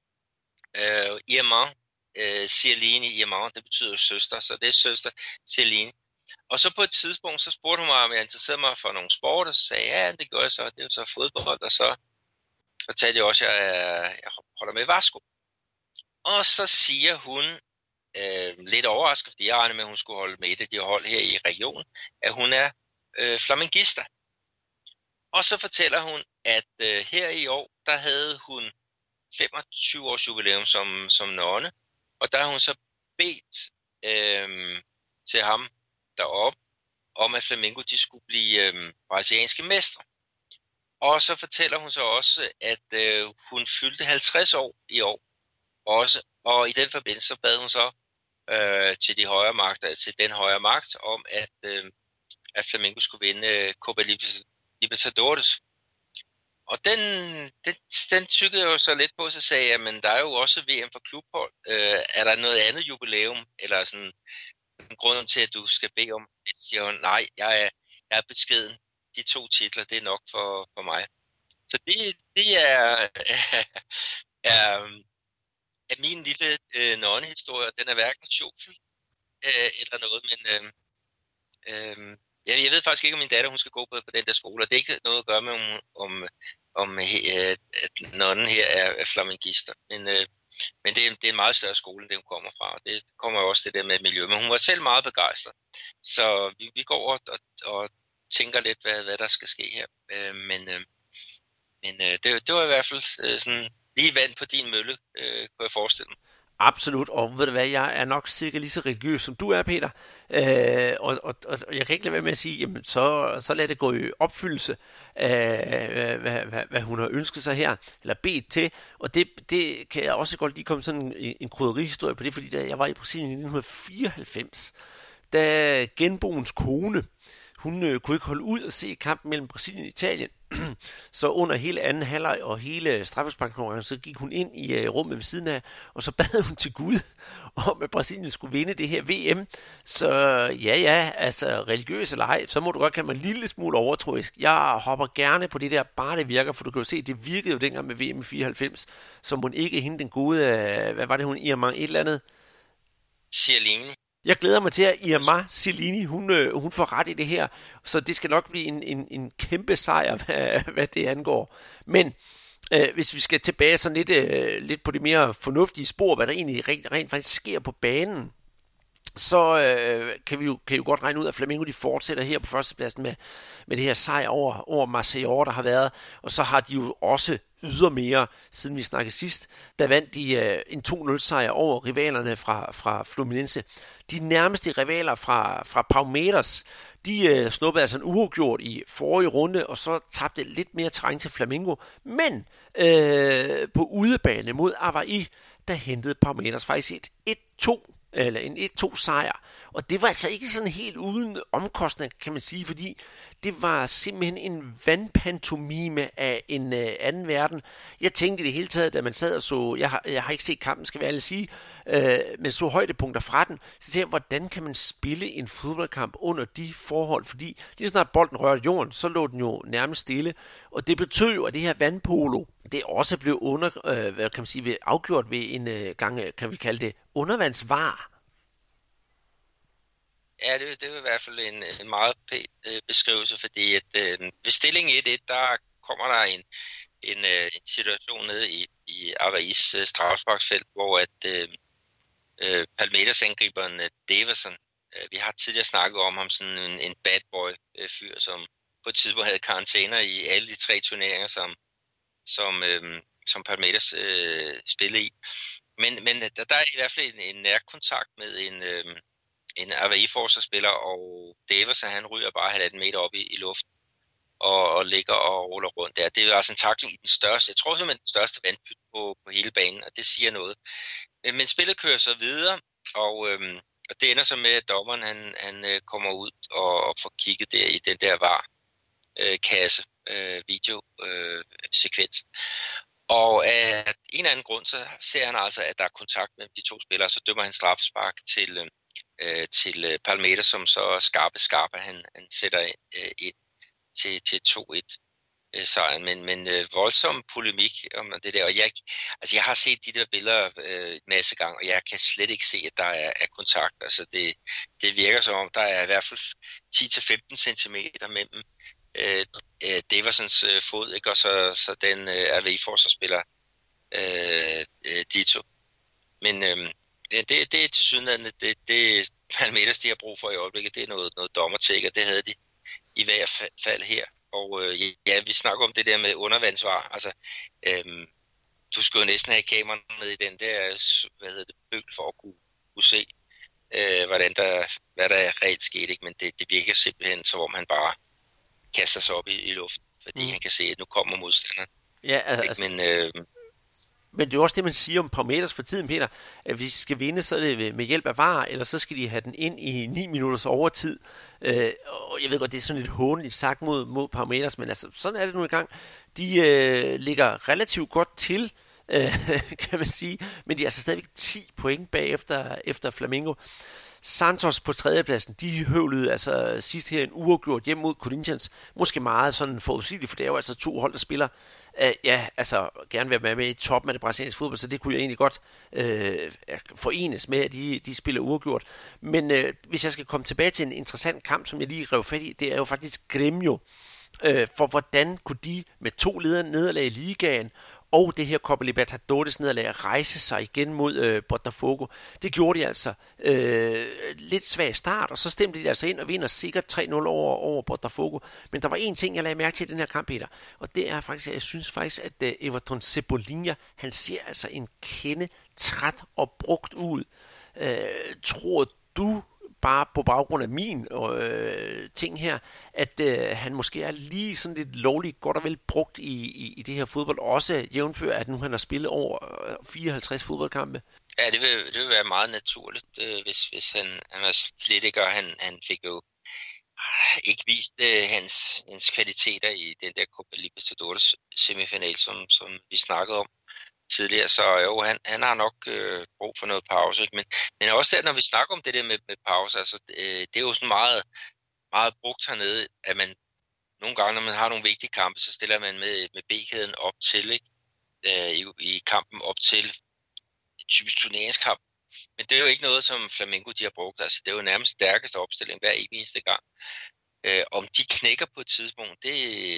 øh, Irma, øh, Cirline Irma, det betyder søster, så det er søster Cirline. Og så på et tidspunkt, så spurgte hun mig, om jeg interesserede mig for nogle sport, og så sagde jeg, ja, det gør jeg så, det er jo så fodbold, og så fortalte jeg også, at jeg, jeg holder med Vasco. Og så siger hun, øh, lidt overrasket, fordi jeg regnede med, at hun skulle holde med et af de hold her i regionen, at hun er øh, flamengista. Og så fortæller hun, at øh, her i år, der havde hun femogtyve års jubilæum som, som nonne, og der har hun så bedt øh, til ham deroppe, om at Flamengo de skulle blive øh, brasilianske mestre. Og så fortæller hun så også, at øh, hun fyldte halvtreds år i år også, og i den forbindelse så bad hun så øh, til de højere magter, til den højere magt, om at, øh, at Flamengo skulle vinde øh, Copa Libertadores. Og den, den, den tykkede jeg jo så lidt på, så sagde jeg, men der er jo også V M for klubhold. Øh, er der noget andet jubilæum, eller sådan en grund til, at du skal bede om det? Siger hun, nej, jeg er, jeg er beskeden. De to titler, det er nok for, for mig. Så det, det er, er, er min lille øh, nonnehistorie. Den er hverken sjovfyldt øh, eller noget, men øh, øh, jeg, jeg ved faktisk ikke, om min datter hun skal gå på, på den der skole. Og det er ikke noget at gøre med, om, om, om øh, at nonnen her er, er flamengister. Men, øh, men det, er, det er en meget større skole, end det hun kommer fra. Og det kommer jo også det der med miljø. Men hun var selv meget begejstret. Så vi, vi går og, og, og tænker lidt, hvad, hvad der skal ske her. Øh, men øh, men øh, det, det var i hvert fald øh, sådan lige vand på din mølle, øh, kunne jeg forestille mig. Absolut, og ved du hvad, jeg er nok cirka lige så religiøs, som du er, Peter. Øh, og, og, og jeg kan ikke lade være med at sige, jamen så, så lad det gå i opfyldelse af, hvad, hvad, hvad, hvad hun har ønsket sig her, eller bedt til. Og det, det kan jeg også godt lige komme sådan en, en krydderihistorie på det, fordi da jeg var i Brasilien i nitten fireoghalvfems, da genboens kone, hun øh, kunne ikke holde ud og se kampen mellem Brasilien og Italien. Så under hele anden halvleg og hele straffesparkskonkurrencen, så gik hun ind i øh, rummet ved siden af, og så bad hun til Gud om, at Brasilien skulle vinde det her V M. Så ja, ja, altså religiøs eller ej, så må du godt kalde mig en lille smule overtroisk. Jeg hopper gerne på det der, bare det virker, for du kan jo se, det virkede jo dengang med V M i fireoghalvfems, som hun ikke hende den gode, øh, hvad var det hun, Irma et eller andet? Cirline. Jeg glæder mig til, at Irma Cirline, hun, øh, hun får ret i det her, så det skal nok blive en, en, en kæmpe sejr, hvad, hvad det angår. Men øh, hvis vi skal tilbage sådan lidt, øh, lidt på det mere fornuftige spor, hvad der egentlig rent, rent faktisk sker på banen, så øh, kan vi jo, kan vi jo godt regne ud, at Flamengo de fortsætter her på førstepladsen med, med det her sejr over, over Maceió, der har været, og så har de jo også ydermere, siden vi snakkede sidst, der vandt de øh, en to nul sejr over rivalerne fra, fra Fluminense. De nærmeste rivaler fra, fra Palmeiras, de øh, snuppede altså en uafgjort i forrige runde, og så tabte lidt mere terræn til Flamengo. Men øh, på udebane mod Avaí, der hentede Palmeiras faktisk et et to, eller en et to sejr. Og det var altså ikke sådan helt uden omkostning, kan man sige, fordi det var simpelthen en vandpantomime af en øh, anden verden. Jeg tænkte i det hele taget, da man sad og så, jeg har, jeg har ikke set kampen, skal vi alle sige, øh, men så højdepunkter fra den, så tænkte jeg, hvordan kan man spille en fodboldkamp under de forhold, fordi lige snart bolden rørte jorden, så lå den jo nærmest stille, og det betød jo, at det her vandpolo, det også blev under, øh, hvad kan man sige, ved, afgjort ved en øh, gang, kan vi kalde det, undervandsvar. Ja, det, det er i hvert fald en, en meget pæn øh, beskrivelse, fordi at, øh, ved stillingen et et, der kommer der en, en, øh, en situation nede i, i Avaís øh, straffesparksfelt, hvor at øh, øh, Palmeiras-angriberen øh, Daverson, øh, vi har tidligere snakket om ham, sådan en, en bad boy øh, fyr, som på et tidspunkt havde karantæner i alle de tre turneringer, som, som, øh, som Palmeiras øh, spillede i. Men, men der, der er i hvert fald en, en nærkontakt med en... Øh, en Avaí-forsvarsspiller, og Daverson, han ryger bare halvanden meter op i, i luften og, og ligger og ruller rundt der. Det er altså en tackling i den største, jeg tror simpelthen den største vandpyt på, på hele banen, og det siger noget. Men spillet kører så videre, og, øhm, og det ender så med, at dommeren han, han kommer ud og, og får kigget der i den der var-kasse, øh, video-sekvens. Øh, og af en eller anden grund, så ser han altså, at der er kontakt mellem de to spillere, så dømmer han straffespark til... Øh, til Palmeiras, som så skarpe skarpe, han, han sætter øh, ind til, til to et øh, sejren, men, men øh, voldsom polemik om det der, og jeg, altså jeg har set de der billeder øh, en masse gange, og jeg kan slet ikke se, at der er, er kontakt, altså det, det virker som om, der er i hvert fald ti til femten centimeter mellem øh, øh, Daversons øh, fod, ikke? Og så, så den øh, Avaí-forsvarsspiller øh, øh, Dito, men øh, Det, det, det er til sydenlandet, det, det Palmeiras, de har brug for i øjeblikket, det er noget, noget dommertjek, og det havde de i hvert fald her. Og øh, ja, vi snakker om det der med undervandsvar. Altså, øhm, du skulle jo næsten have kameraet med i den der, hvad hedder det, bøl for at kunne, kunne se, øh, hvordan der, hvad der reelt skete. Ikke? Men det, det virker simpelthen, som om han bare kaster sig op i, i luften, fordi mm. han kan se, at nu kommer modstanderen. Ja, altså... Men... Øh, Men det er også det, man siger om Palmeiras for tiden, Peter, at hvis de skal vinde, så er det med hjælp af V A R, eller så skal de have den ind i ni minutters overtid. Øh, og jeg ved godt, det er sådan lidt hånligt sagt mod, mod Palmeiras, men altså, sådan er det nu engang. De øh, ligger relativt godt til, øh, kan man sige, men de er altså stadigvæk ti point bagefter efter Flamengo. Santos på tredjepladsen, de høvlede altså sidst her en uafgjort hjem mod Corinthians. Måske meget sådan forudsigeligt, for det er jo altså to hold, der spiller uh, ja, altså gerne være med, med i toppen af det brasilianske fodbold, så det kunne jeg egentlig godt uh, forenes med, at de, de spiller uafgjort. Men uh, hvis jeg skal komme tilbage til en interessant kamp, som jeg lige rev fat i, det er jo faktisk Grêmio. Uh, for hvordan kunne de med to ledere nederlag i ligaen, og det her Copa Libertadores nederlag rejse sig igen mod øh, Botafogo. Det gjorde de altså øh, lidt svag start, og så stemte de altså ind og vinder sikkert tre nul over, over Botafogo. Men der var en ting, jeg lagde mærke til i den her kamp, Peter, og det er faktisk, at jeg synes faktisk, at øh, Everton Cebolinha, han ser altså en kende træt og brugt ud. Øh, tror du, bare på baggrund af min øh, ting her, at øh, han måske er lige sådan lidt lovligt godt og vel brugt i, i, i det her fodbold, også jævnfør, at nu han har spillet over fireoghalvtreds fodboldkampe. Ja, det vil, det vil være meget naturligt, øh, hvis, hvis han, han var splittiker. Han, han fik jo øh, ikke vist øh, hans, hans kvaliteter i den der Copa Libertadores semifinal, som, som vi snakkede om tidligere, så jo, han, han har nok øh, brug for noget pause, ikke? Men, men også der, når vi snakker om det der med, med pause, altså, øh, det er jo sådan meget, meget brugt hernede, at man nogle gange, når man har nogle vigtige kampe, så stiller man med, med B-kæden op til, ikke? Øh, i, i kampen op til et typisk turneringskamp. Men det er jo ikke noget, som Flamengo de har brugt, altså det er jo nærmest stærkeste opstilling hver eneste gang. Øh, om de knækker på et tidspunkt, det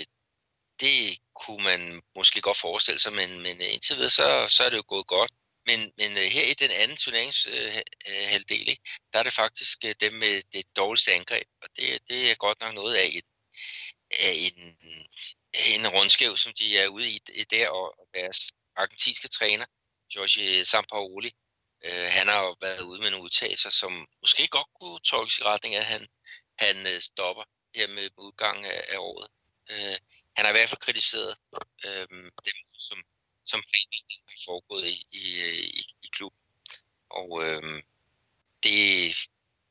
Det kunne man måske godt forestille sig, men, men indtil videre, så, så er det jo gået godt. Men, men her i den anden turneringshalvdel, øh, der er det faktisk dem med det dårligste angreb. Og det, det er godt nok noget af, et, af en, en rundskæv, som de er ude i der, og deres argentinske træner, Jorge Sampaoli, øh, han har jo været ude med nogle udtalelser, som måske godt kunne tolkes i retning af, at han, han stopper her med udgangen af, af året. Øh, Han har i hvert fald kritiseret øh, dem, som, som har foregået i, i, i, i klubben. Og øh, det,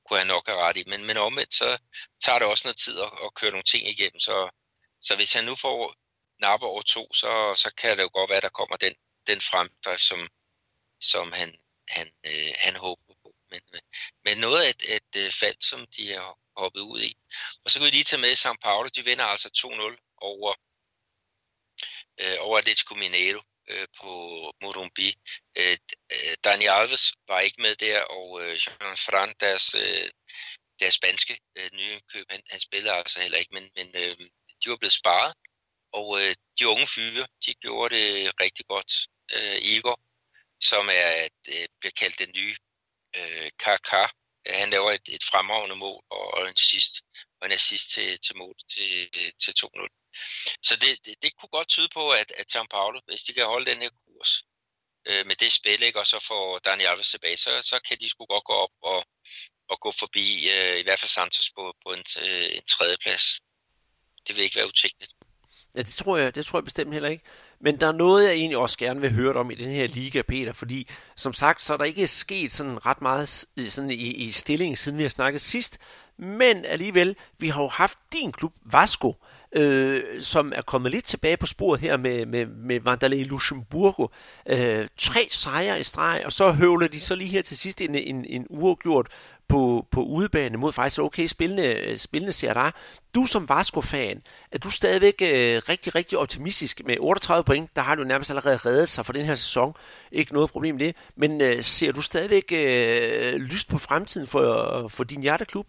kunne han nok have ret i. Men, men omvendt, så tager det også noget tid at, at køre nogle ting igennem. Så, så hvis han nu får napper over to, så, så kan det jo godt være, at der kommer den, den fremdrift, som, som han, han, øh, han håber på. Men, øh, men noget af et, et, et fald, som de har hoppet ud i. Og så kan vi lige tage med i São Paulo. De vinder altså to nul over, øh, over Atlético Mineiro øh, på Morumbi. Øh, Dani Alves var ikke med der, og øh, Jean Fran, deres, øh, deres spanske øh, nye køb, han, han spillede altså heller ikke, men, men øh, de var blevet sparet. Og øh, de unge fyre, de gjorde det rigtig godt. Øh, Igor, som er øh, bliver kaldt den nye øh, K K, han laver et, et fremragende mål og en sidst og en assist til til mål til til to nul. Så det, det det kunne godt tyde på at at São Paulo, hvis de kan holde den her kurs øh, med det spil, ikke, og så får Dani Alves tilbage, så så kan de sgu godt gå op og og gå forbi øh, i hvert fald Santos på på en en tredje plads. Det vil ikke være utænkeligt. Ja, det tror jeg, det tror jeg bestemt heller ikke. Men der er noget, jeg egentlig også gerne vil høre om i den her liga, Peter, fordi som sagt, så er der ikke sket sådan ret meget sådan i, i stillingen, siden vi har snakket sidst. Men alligevel, vi har jo haft din klub, Vasco, øh, som er kommet lidt tilbage på sporet her med, med, med Vanderlei Luxemburgo. Øh, tre sejre i streg, og så høvler de så lige her til sidst en, en, en uafgjort på, på udebane mod faktisk okay spillende, spillende Ceará. Du som Vasco-fan, er du stadigvæk øh, rigtig, rigtig optimistisk med otteogtredive point? Der har du nærmest allerede reddet sig for den her sæson. Ikke noget problem med det. Men øh, ser du stadigvæk øh, lyst på fremtiden for, for din hjerteklub?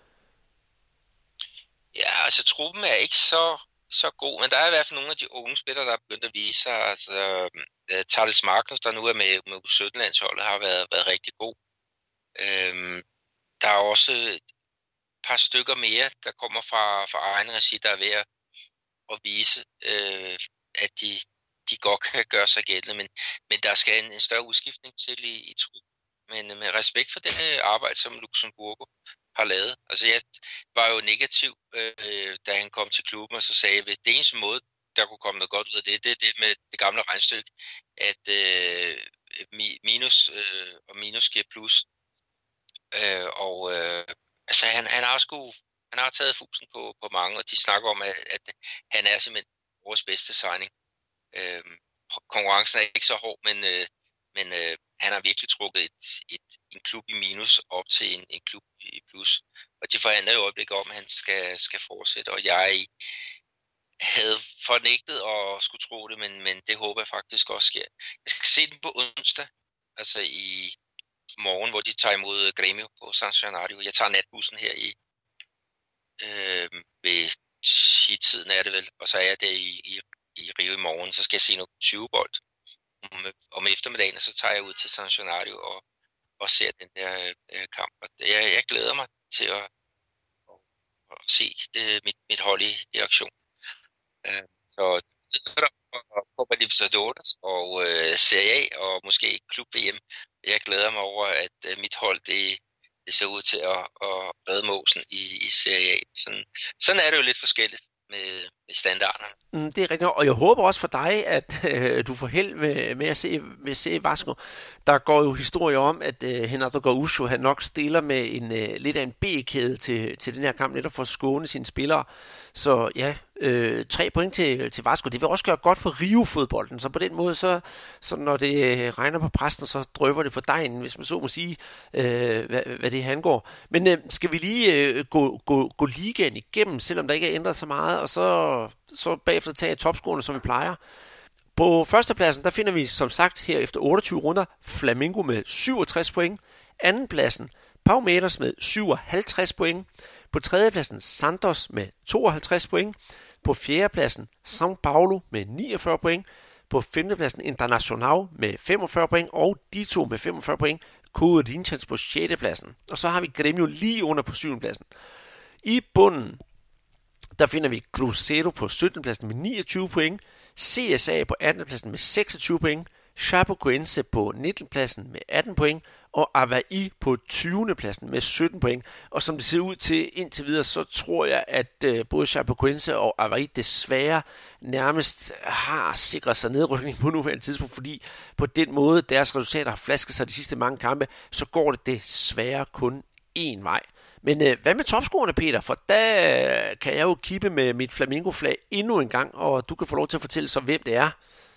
Ja, altså truppen er ikke så så god, men der er i hvert fald nogle af de unge spillere, der er begyndt at vise sig. Altså, uh, Thales Magnus, der nu er med, med U sytten-landsholdet, har været, været rigtig god. Øhm, der er også et par stykker mere, der kommer fra, fra egen regi, der er ved at, at vise, øh, at de, de godt kan gøre sig gældende, men, men der skal en, en større udskiftning til i, i truppen. Men med respekt for det arbejde, som Luxemburgo har lavet. Altså jeg var jo negativ, øh, da han kom til klubben, og så sagde jeg, at det eneste måde, der kunne komme noget godt ud af det, det er det med det gamle regnstykke, at øh, minus øh, og minus giver plus. Øh, og øh, altså han, han har sgu, han har taget fusen på, på mange, og de snakker om, at, at han er simpelthen vores bedste signing. Øh, konkurrencen er ikke så hård, men, øh, men øh, han har virkelig trukket et, et, en klub i minus op til en, en klub i plus. Og de forhandler i øjeblikket om, at han skal, skal fortsætte, og jeg havde fornægtet at skulle tro det, men, men det håber jeg faktisk også sker. Jeg skal se den på onsdag, altså i morgen, hvor de tager imod Grêmio på San Januario. Jeg tager natbussen her i øh, ved ti-tiden er det vel, og så er jeg der i, i, i Rio i morgen, så skal jeg se noget tyve-bold. Om, om eftermiddagen, så tager jeg ud til San Januario og, og ser den der øh, kamp. Og jeg, jeg glæder mig til at, at, at se øh, mit, mit hold i, i aktion. Øh, så det er der Copa Libertadores og øh, Serie A og måske Klub V M. Jeg glæder mig over, at øh, mit hold det, det ser ud til at, at redde måsen i, i Serie A. Sådan, sådan er det jo lidt forskelligt med, med standarderne. Mm, det er rigtigt, og jeg håber også for dig, at øh, du får held med, med at se, med at se Vasco. Der går jo historier om, at øh, Renato Gaúcho, han nok stiller med en øh, lidt af en B-kæde til, til den her kamp, netop for at skåne sine spillere. Så ja, øh, tre point til, til Vasco, det vil også gøre godt for Rio-fodbolden, så på den måde, så, så når det regner på præsten, så drøber det på dejen, hvis man så må sige, øh, hvad, hvad det angår. Men øh, skal vi lige øh, gå, gå, gå ligaen igennem, selvom der ikke er ændret så meget, og så, så bagefter tage topscorerne, som vi plejer. På førstepladsen, der finder vi som sagt her efter otteogtyve runder Flamengo med syvogtres point. Andenpladsen Palmeiras med syvoghalvtreds point. På tredjepladsen Santos med tooghalvtreds point. På fjerdepladsen São Paulo med niogfyrre point. På femtepladsen Internacional med femogfyrre point. Og Dito med femogfyrre point. Corinthians på sjettepladsen. Og så har vi Grêmio lige under på syvendepladsen. I bunden, der finder vi Cruzeiro på syttendepladsen med niogtyve point. C S A på attendenpladsen med seksogtyve point. Chapecoense på nittenpladsen med atten point. Og Avaí på tyvendepladsen med sytten point. Og som det ser ud til indtil videre, så tror jeg, at uh, både Chapecoense og Avaí desværre nærmest har sikret sig nedrykning på nuværende tidspunkt, fordi på den måde deres resultater har flasket sig de sidste mange kampe, så går det desværre kun en vej. Men øh, hvad med topscorerne, Peter? For der øh, kan jeg jo kippe med mit Flamengo-flag endnu en gang, og du kan få lov til at fortælle så, hvem det er.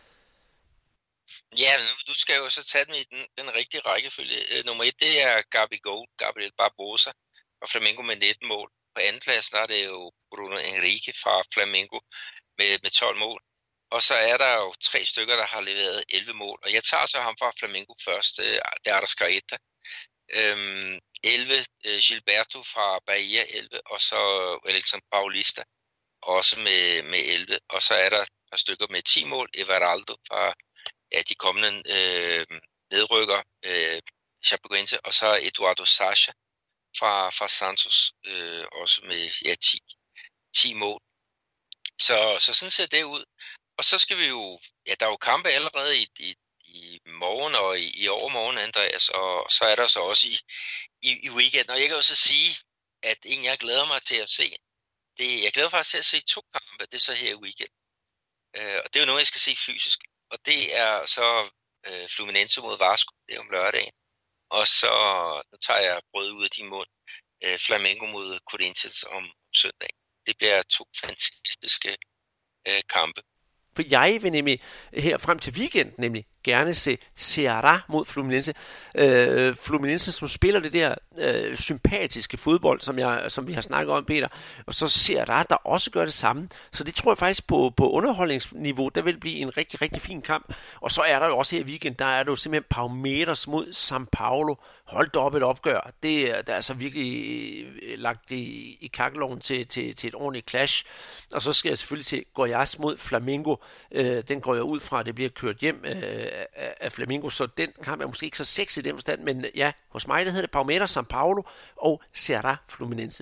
Ja, nu, du skal jo så tage den i den, den rigtige rækkefølge. Uh, nummer et, det er Gabigol, Gabriel Barbosa fra Flamengo med nitten mål. På anden plads, der er det jo Bruno Henrique fra Flamengo med, med tolv mål. Og så er der jo tre stykker, der har leveret elleve mål. Og jeg tager så ham fra Flamengo først, det er Arrascaeta. Um, elleve, uh, Gilberto fra Bahia elleve, og så Wellington Paulista også med, med elleve. Og så er der et par stykker med ti mål, Everaldo fra ja, de kommende øh, nedrykker, øh, Chapecoense, og så Eduardo Sacha fra, fra Santos, øh, også med ja, ti, ti mål. Så, så sådan ser det ud. Og så skal vi jo, ja, der er jo kampe allerede i, i, i morgen og i, i overmorgen, Andreas, og så er der så også i, i, i weekenden. Og jeg kan jo så sige, at en jeg glæder mig til at se, det, jeg glæder mig faktisk til at se to kampe, det er så her i weekend. Øh, og det er jo noget, jeg skal se fysisk. Og det er så øh, Fluminense mod Vasco, det er om lørdagen. Og så, nu tager jeg brød ud af din mund, øh, Flamengo mod Corinthians om søndag. Det bliver to fantastiske øh, kampe. For jeg vil nemlig her frem til weekend nemlig gerne se Ceará mod Fluminense. Øh, Fluminense, som spiller det der øh, sympatiske fodbold, som, jeg, som vi har snakket om, Peter. Og så Ceará, der også gør det samme. Så det tror jeg faktisk på, på underholdningsniveau, der vil blive en rigtig, rigtig fin kamp. Og så er der jo også her i weekend, der er der jo simpelthen Palmeiras mod São Paulo. Hold da op et opgør. Det der er altså virkelig lagt i, i kakkeloven til, til, til et ordentligt clash. Og så skal jeg selvfølgelig til Goiás mod Flamengo. Øh, den går jeg ud fra, at det bliver kørt hjem øh, af, af Flamengo, så den kamp er måske ikke så sexy i den forstand, men ja, hos mig der hedder det Palmeiras, São Paulo og Ceará Fluminense.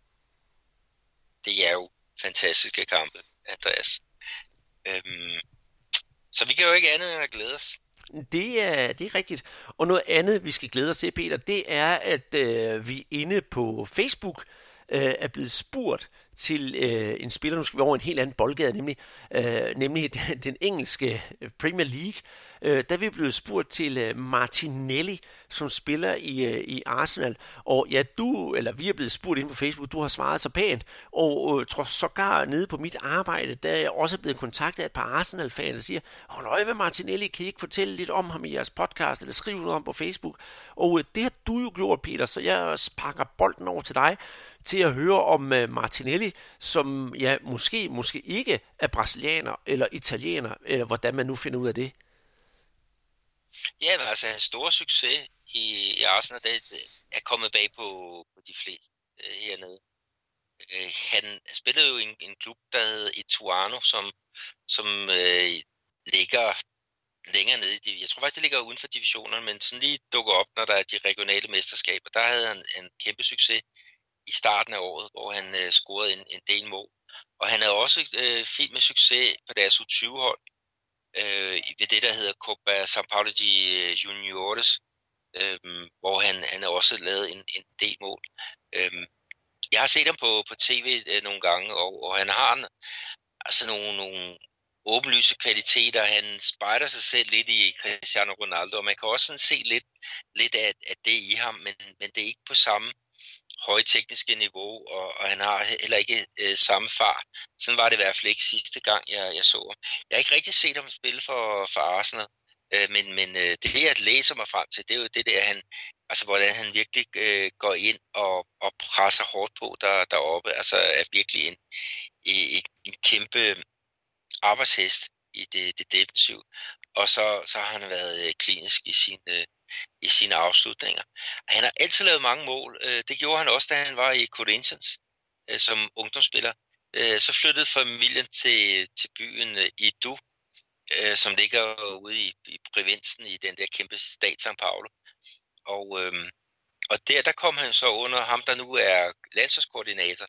Det er jo fantastiske kampe, Andreas. Øhm, så vi kan jo ikke andet end at glæde os. Det er, det er rigtigt. Og noget andet, vi skal glæde os til, Peter, det er, at øh, vi inde på Facebook øh, er blevet spurgt til øh, en spiller, nu skal vi over en helt anden boldgade, nemlig, øh, nemlig den, den engelske Premier League. Øh, der er vi blevet spurgt til øh, Martinelli, som spiller i, øh, i Arsenal. Og ja, du, eller vi er blevet spurgt inde på Facebook, du har svaret så pænt. Og øh, trods sågar nede på mit arbejde, der er jeg også blevet kontaktet af et par Arsenal-fans, der siger, hold øje ved Martinelli, kan I ikke fortælle lidt om ham i jeres podcast, eller skrive noget om på Facebook? Og øh, det har du jo gjort, Peter, så jeg sparker bolden over til dig, til at høre om uh, Martinelli, som ja, måske, måske ikke er brasilianer eller italiener, eller hvordan man nu finder ud af det. Ja, men altså hans store succes i, i Arsenal, det er kommet bag på, på de fleste uh, hernede. Uh, han spillede jo i en, en klub, der hed Ituano, som, som uh, ligger længere nede i de, jeg tror faktisk, det ligger uden for divisionerne, men sådan lige dukker op, når der er de regionale mesterskaber. Der havde han en kæmpe succes i starten af året, hvor han øh, scorede en, en del mål. Og han havde også øh, fint med succes på deres U tyve hold, øh, ved det, der hedder Copa São Paulo de Juniores, øh, hvor han, han har også lavet en, en del mål. Øh, jeg har set ham på, på tv øh, nogle gange, og, og han har en, altså nogle, nogle åbenlyse kvaliteter. Han spejder sig selv lidt i Cristiano Ronaldo, og man kan også sådan se lidt, lidt af, af det i ham, men, men det er ikke på samme høje tekniske niveau, og, og han har heller ikke øh, samme fart. Sådan var det i hvert fald ikke sidste gang, jeg, jeg så ham. Jeg har ikke rigtig set ham spille for, for Arsenal, øh, men, men øh, det jeg læser mig frem til, det er jo det der, han, altså hvordan han virkelig øh, går ind og, og presser hårdt på der, deroppe, altså er virkelig en, en, en kæmpe arbejdshest i det, det defensive. Og så, så har han været øh, klinisk i sin øh, i sine afslutninger. Han har altid lavet mange mål. Det gjorde han også, da han var i Corinthians som ungdomsspiller. Så flyttede familien til, til byen Itu, som ligger ude i, i provinsen i den der kæmpe stat São Paulo. Og, og der, der kom han så under ham, der nu er landsholdskoordinator,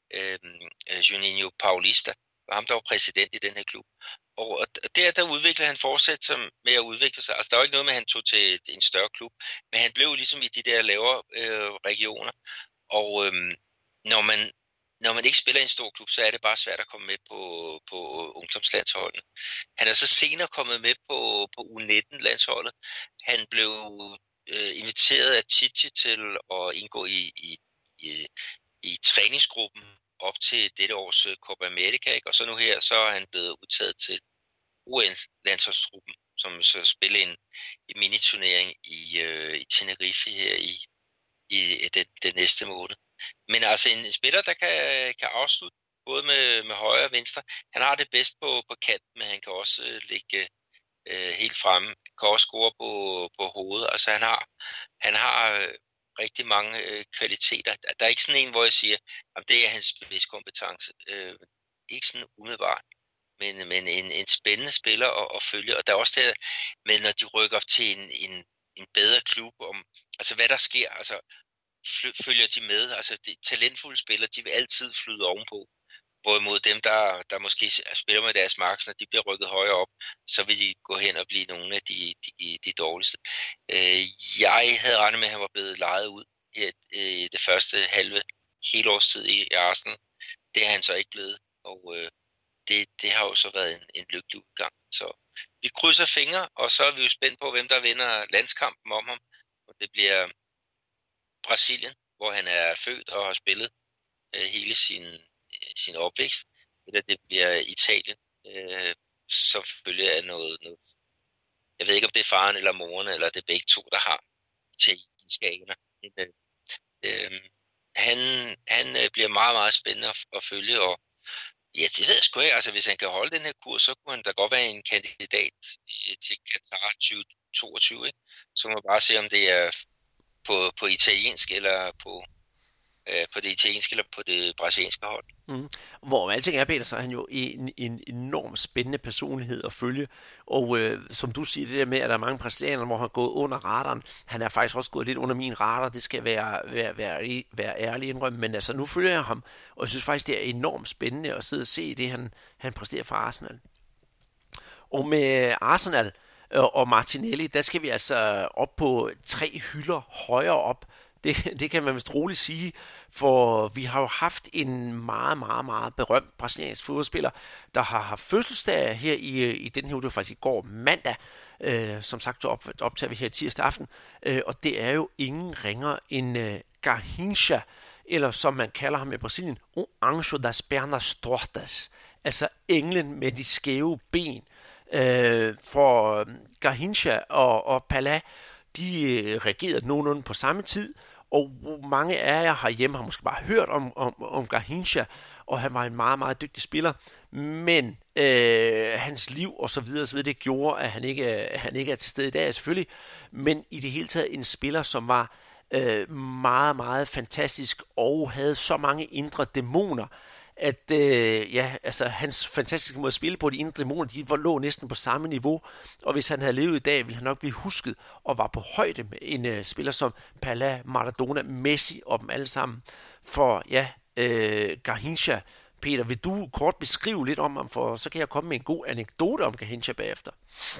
Juninho Paulista, og ham, der var præsident i den her klub. Og der, der udviklede han fortsat med at udvikle sig. Altså, der var ikke noget med, at han tog til en større klub, men han blev ligesom i de der lavere øh, regioner. Og øhm, når, man, når man ikke spiller i en stor klub, så er det bare svært at komme med på, på ungdomslandsholdet. Han er så senere kommet med på, på U nitten-landsholdet. Han blev øh, inviteret af Tite til at indgå i, i, i, i træningsgruppen op til dette års Copa America, ikke? Og så nu her, så er han blevet udtaget til U N-landsholdstruppen, som så spiller en, en mini-turnering i, øh, i Tenerife her i, i den, den næste måned. Men altså en spiller, der kan, kan afslutte både med, med højre og venstre. Han har det bedst på, på kanten, men han kan også øh, ligge øh, helt fremme. Kan også score på, på hovedet. Altså han har, han har øh, rigtig mange øh, kvaliteter. Der er ikke sådan en, hvor jeg siger, at det er hans spidskompetence. Øh, ikke sådan umiddelbart. Men, men en, en spændende spiller at, at følge. Og der er også det med, når de rykker til en, en, en bedre klub, om altså hvad der sker, altså følger de med. Altså de talentfulde spillere, de vil altid flyde ovenpå. Hvorimod dem, der, der måske spiller med deres marks, når de bliver rykket højere op, så vil de gå hen og blive nogle af de, de, de dårligste. Øh, jeg havde regnet med, at han var blevet lejet ud her øh, det første halve hele års tid i Arsenal. Det er han så ikke blevet, og øh, det, det har jo så været en, en lykkelig udgang. Så vi krydser fingre, og så er vi jo spændt på, hvem der vinder landskampen om ham. Og det bliver Brasilien, hvor han er født og har spillet øh, hele sin, øh, sin opvækst. Eller det bliver Italien, øh, som følge af noget, noget... Jeg ved ikke, om det er faren eller moren, eller det er begge to, der har italienske aner. Øh, øh, han han øh, bliver meget, meget spændende at, at følge, og ja, det ved jeg sgu ikke. Altså, hvis han kan holde den her kurs, så kunne han da godt være en kandidat til Qatar tyve toogtyve. Ikke? Så må man bare se, om det er på, på italiensk, eller på, øh, på det italienske, eller på det brasilianske hold. Mm. Hvor alting er, Peter, så er han jo en, en enorm spændende personlighed at følge. Og øh, som du siger, det der med, at der er mange brasilianere, hvor han er gået under radaren. Han er faktisk også gået lidt under min radar, det skal være, være, være, være ærlig indrømme. Men altså, nu følger jeg ham, og jeg synes faktisk, det er enormt spændende at sidde og se det, han, han præsterer for Arsenal. Og med Arsenal og Martinelli, der skal vi altså op på tre hylder højere op. Det, det kan man vist roligt sige, for vi har jo haft en meget, meget, meget berømt brasiliansk fodboldspiller, der har haft fødselsdag her i, i den her uge, det var faktisk i går mandag, øh, som sagt så op, optager vi her tirsdag aften, øh, og det er jo ingen ringer end øh, Garrincha, eller som man kalder ham i Brasilien, o anjo das pernas tortas, altså englen med de skæve ben. Øh, for Garrincha og, og Pala, de øh, reagerede nogenlunde på samme tid, og mange af jer herhjemme har måske bare hørt om, om, om Garrincha, og han var en meget, meget dygtig spiller, men øh, hans liv og så videre, så videre, det gjorde, at han ikke, han ikke er til stede i dag, selvfølgelig, men i det hele taget en spiller, som var øh, meget, meget fantastisk, og havde så mange indre dæmoner, at øh, ja, altså, hans fantastiske måde at spille på, de indre dæmoner, de var, lå næsten på samme niveau, og hvis han havde levet i dag, ville han nok blive husket og var på højde med en øh, spiller som Pelé, Maradona, Messi og dem alle sammen. For ja, øh, Garrincha, Peter, vil du kort beskrive lidt om ham, for så kan jeg komme med en god anekdote om Garrincha bagefter.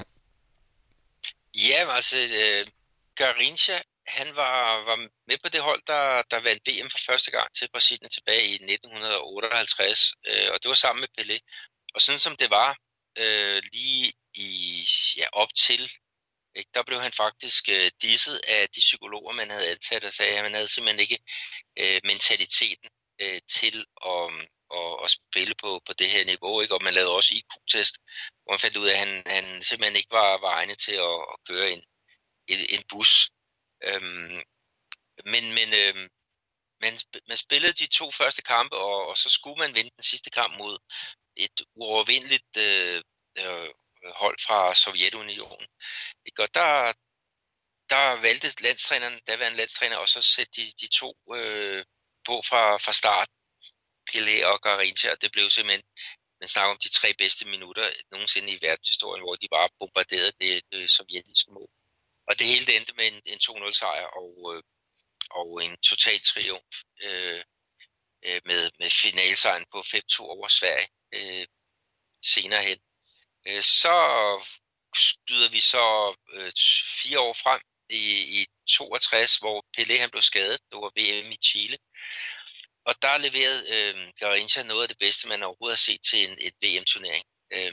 Ja, altså øh, Garrincha, han var, var med på det hold, der, der vandt V M for første gang til Brasilien tilbage i nitten otteoghalvtreds, øh, og det var sammen med Pelé. Og sådan som det var, øh, lige i, ja, op til, ikke, der blev han faktisk øh, disset af de psykologer, man havde ansat, og sagde, at man havde simpelthen ikke øh, mentaliteten øh, til at, at, at spille på, på det her niveau, ikke? Og man lavede også I Q-test, hvor man fandt ud af, at han, han simpelthen ikke var, var egnet til at, at køre en, en, en bus. Øhm, men men øhm, man, man spillede de to første kampe, og, og så skulle man vinde den sidste kamp mod et uovervindeligt øh, øh, hold fra Sovjetunionen. Ikke? Og der, der valgte landstræneren, daværende landstræner, og så sætte de, de to øh, på fra, fra start, Pelé og Garrincha, og det blev simpelthen, man snakker om de tre bedste minutter nogensinde i verdenshistorien, hvor de bare bombarderede det, det sovjetiske mål. Og det hele det endte med en, en to nul sejr og, øh, og en total triumf øh, øh, med, med finalsejren på fem to over Sverige øh, senere hen. Øh, så skyder vi så øh, fire år frem i, i toogtres, hvor Pelé han blev skadet. Det var V M i Chile. Og der leverede øh, Garrincha noget af det bedste, man overhovedet har set til en et V M-turnering. Øh,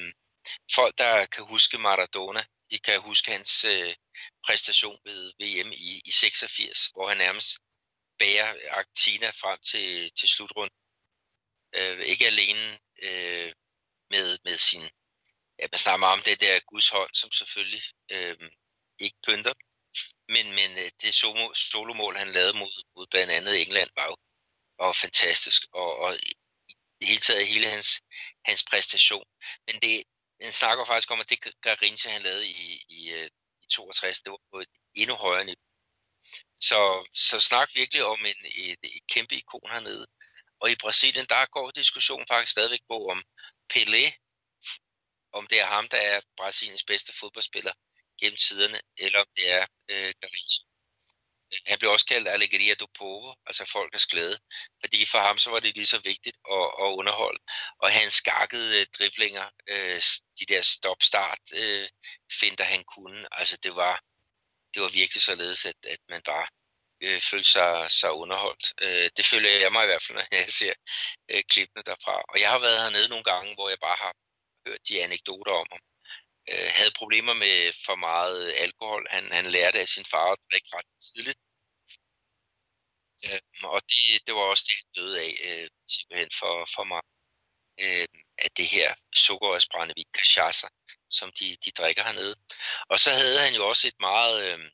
folk, der kan huske Maradona, de kan huske hans øh, præstation ved V M i, i seksogfirs, hvor han nærmest bærer Argentina frem til, til slutrunden. Øh, ikke alene øh, med, med sin... Ja, man snakker meget om det der Guds hånd, som selvfølgelig øh, ikke pynter. Men, men det solo, solomål, han lavede mod, mod blandt andet England, var jo, var jo fantastisk. Og, og i det hele taget hele hans, hans præstation. Men det, man snakker faktisk om, at det Garrincha, han lavede i, i, i toogtres, det var på et endnu højere niveau. Så, så snak virkelig om en, et, et kæmpe ikon hernede. Og i Brasilien, der går diskussionen faktisk stadigvæk på, om Pelé, om det er ham, der er Brasiliens bedste fodboldspiller gennem tiderne, eller om det er øh, Garrincha. Han blev også kaldt Alegria do Povo, altså folkets glæde, fordi for ham så var det lige så vigtigt at, at underholde. Og han skakkede øh, driblinger, øh, de der stop-start øh, finder han kunne. Altså det var, det var virkelig således, at, at man bare øh, følte sig, sig underholdt. Øh, det føler jeg mig i hvert fald, når jeg ser øh, klippene derfra. Og jeg har været hernede nogle gange, hvor jeg bare har hørt de anekdoter om ham. Øh, havde problemer med for meget alkohol. Han, han lærte af sin far at drikke ret tidligt. Øh, og det, det var også det, han døde af, øh, simpelthen for, for mig. Øh, af det her sukkerrørsbrændevin, cachaça, som de, de drikker hernede. Og så havde han jo også et meget øh,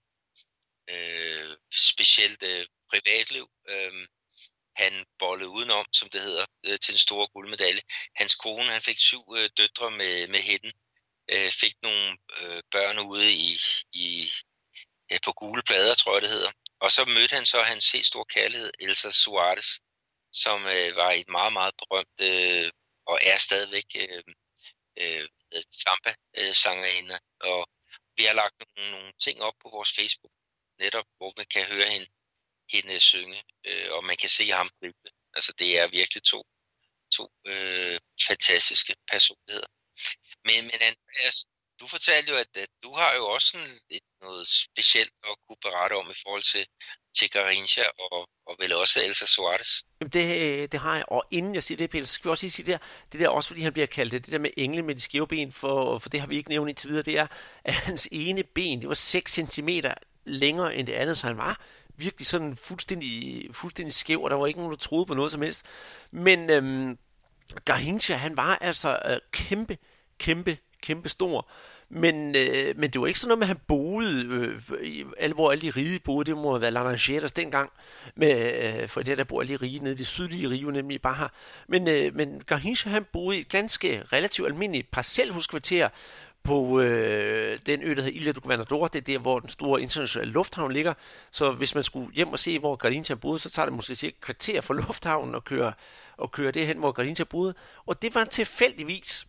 øh, specielt øh, privatliv. Øh, han bollede udenom, som det hedder, øh, til en stor guldmedalje. Hans kone, han fik syv øh, døtre med, med hende. Øh, fik nogle øh, børn ude i, i, øh, på gule plader, tror jeg det hedder. Og så mødte han så hans helt store kærlighed, Elsa Suarez, som øh, var et meget, meget berømt, øh, og er stadigvæk øh, øh, samba-sangerinde. Og vi har lagt nogle, nogle ting op på vores Facebook, netop hvor man kan høre hende, hende synge, øh, og man kan se ham drible. Altså det er virkelig to, to øh, fantastiske personligheder. Men, men Andreas, du fortalte jo, at, at du har jo også sådan et, noget specielt at kunne berette om i forhold til, til Garrincha og, og vel også Elsa Suarez. Det, det har jeg, og inden jeg siger det, Peter, så skal vi også sige det der, det der også fordi han bliver kaldt det, det der med engle med de skæve ben, for, for det har vi ikke nævnt indtil videre, det er, at hans ene ben, det var seks centimeter længere end det andet, så han var virkelig sådan fuldstændig, fuldstændig skæv, og der var ikke nogen, der troede på noget som helst. Men øhm, Garrincha, han var altså øh, kæmpe, kæmpe, kæmpe stor. Men, øh, men det var ikke sådan noget med, at han boede, øh, alle, hvor alle de rige boede, det må have været Laranjeras dengang, med, øh, for det der bor alle de rige nede i det sydlige Rio, nemlig bare her. Men, øh, men Garrincha, han boede i et ganske relativt almindeligt parcelhuskvarter på øh, den ø, der hedder Ilha do Governador. Det er der, hvor den store internationale lufthavn ligger. Så hvis man skulle hjem og se, hvor Garrincha boede, så tager det måske cirka et kvarter fra lufthavnen og køre, og køre det hen, hvor Garrincha boede. Og det var tilfældigvis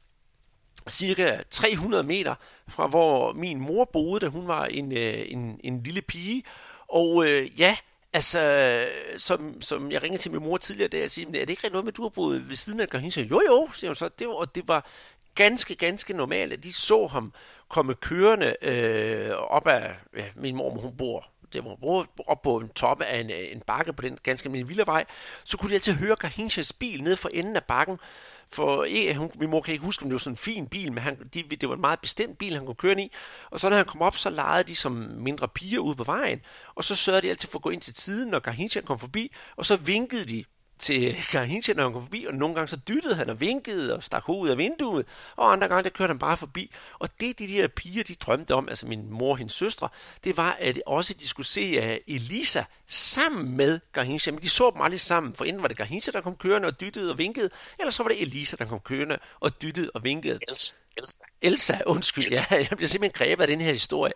cirka tre hundrede meter fra hvor min mor boede, da hun var en, en, en lille pige. Og øh, ja, altså, som, som jeg ringede til min mor tidligere, der jeg siger, er det ikke rigtig noget med, at du har boet ved siden af Garrincha? Jo jo, siger hun så. Det var, og det var ganske, ganske normalt, at de så ham komme kørende øh, op af, ja, min mor, hun bor det var op på en toppe af en, en bakke på den ganske almindelige villavej, så kunne de altid høre Garrinchas bil nede for enden af bakken. For ikke, hun, min mor kan ikke huske, om det var sådan en fin bil, men han, de, det var en meget bestemt bil, han kunne køre i. Og så når han kom op, så legede de som mindre piger ude på vejen. Og så sørgede de altid for at gå ind til tiden, når Garrincha kom forbi. Og så vinkede de til Garrincha, når han kom forbi. Og nogle gange så dyttede han og vinkede og stak hovedet af vinduet. Og andre gange, der kørte han bare forbi. Og det, de der piger, de drømte om, altså min mor og hendes søstre, det var, at også de skulle se Elisa sammen med Garrincha. Men de så dem aldrig sammen, for enten var det Garrincha, der kom kørende og dyttede og vinkede, eller så var det Elisa, der kom kørende og dyttede og vinkede. Elsa. Elsa, Elsa undskyld, ja, jeg bliver simpelthen grebet af den her historie.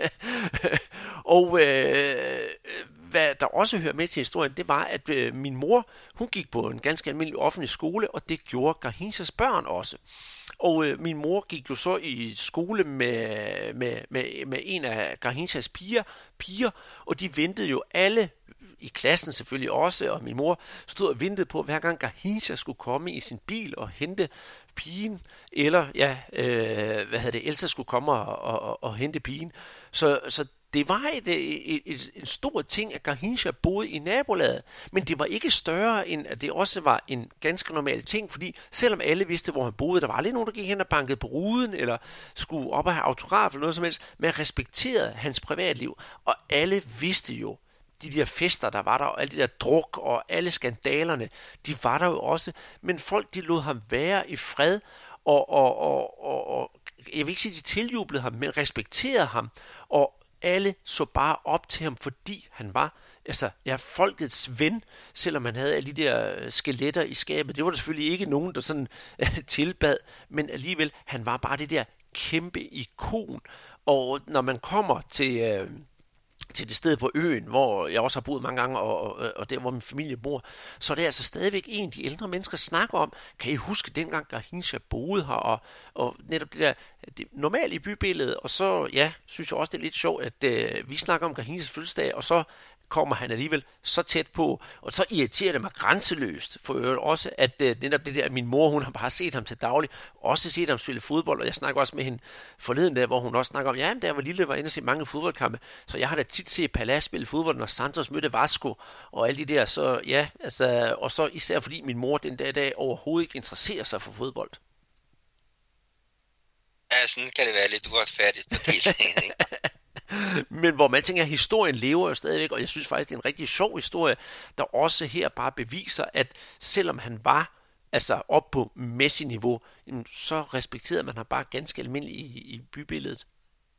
Og øh, hvad der også hører med til historien, det var, at øh, min mor, hun gik på en ganske almindelig offentlig skole, og det gjorde Garrinchas børn også. Og øh, min mor gik jo så i skole med, med, med, med en af Garrinchas piger, piger, og de ventede jo alle, i klassen selvfølgelig også, og min mor stod og ventede på, hver gang Garrincha skulle komme i sin bil og hente pigen, eller ja, øh, hvad hedder det, Elsa skulle komme og, og, og hente pigen. Så, så det var et, et, et, en stor ting, at Garrincha boede i nabolaget, men det var ikke større, end at det også var en ganske normal ting, fordi selvom alle vidste, hvor han boede, der var aldrig nogen, der gik hen og bankede på ruden, eller skulle op og have autograf eller noget som helst. Man respekterede hans privatliv, og alle vidste jo, de der fester, der var der, og alle de der druk og alle skandalerne, de var der jo også, men folk, de lod ham være i fred, og, og, og, og, og jeg vil ikke sige, de tiljublede ham, men respekterede ham, og alle så bare op til ham, fordi han var altså, ja, folkets ven, selvom han havde alle de der skeletter i skabet. Det var der selvfølgelig ikke nogen, der sådan uh, tilbad, men alligevel, han var bare det der kæmpe ikon, og når man kommer til... Uh, til det sted på øen, hvor jeg også har boet mange gange, og, og, og der, hvor min familie bor, så er det altså stadigvæk en, de ældre mennesker snakker om. Kan I huske dengang Garrincha boede her, og, og netop det der det normalt i bybilledet, og så, ja, synes jeg også, det er lidt sjovt, at øh, vi snakker om Garrinchas fødselsdag, og så kommer han alligevel så tæt på, og så irriterer det mig grænseløst, for øvrigt også, at øh, netop det der, at min mor, hun har bare set ham til daglig, også set ham spille fodbold, og jeg snakker også med hende forleden der, hvor hun også snakker om, ja, da jeg var lille, var inde og se mange fodboldkampe, så jeg har da tit set Palace spille fodbold, når Santos mødte Vasco, og alle de der, så ja, altså, og så især fordi min mor den der dag overhovedet ikke interesserer sig for fodbold. Ja, sådan kan det være lidt uretfærdigt på delingen, ikke? Men hvor man tænker, at historien lever jo stadigvæk, og jeg synes faktisk, det er en rigtig sjov historie, der også her bare beviser, at selvom han var altså op på Messi-niveau, så respekterede man ham bare ganske almindeligt i, i bybilledet.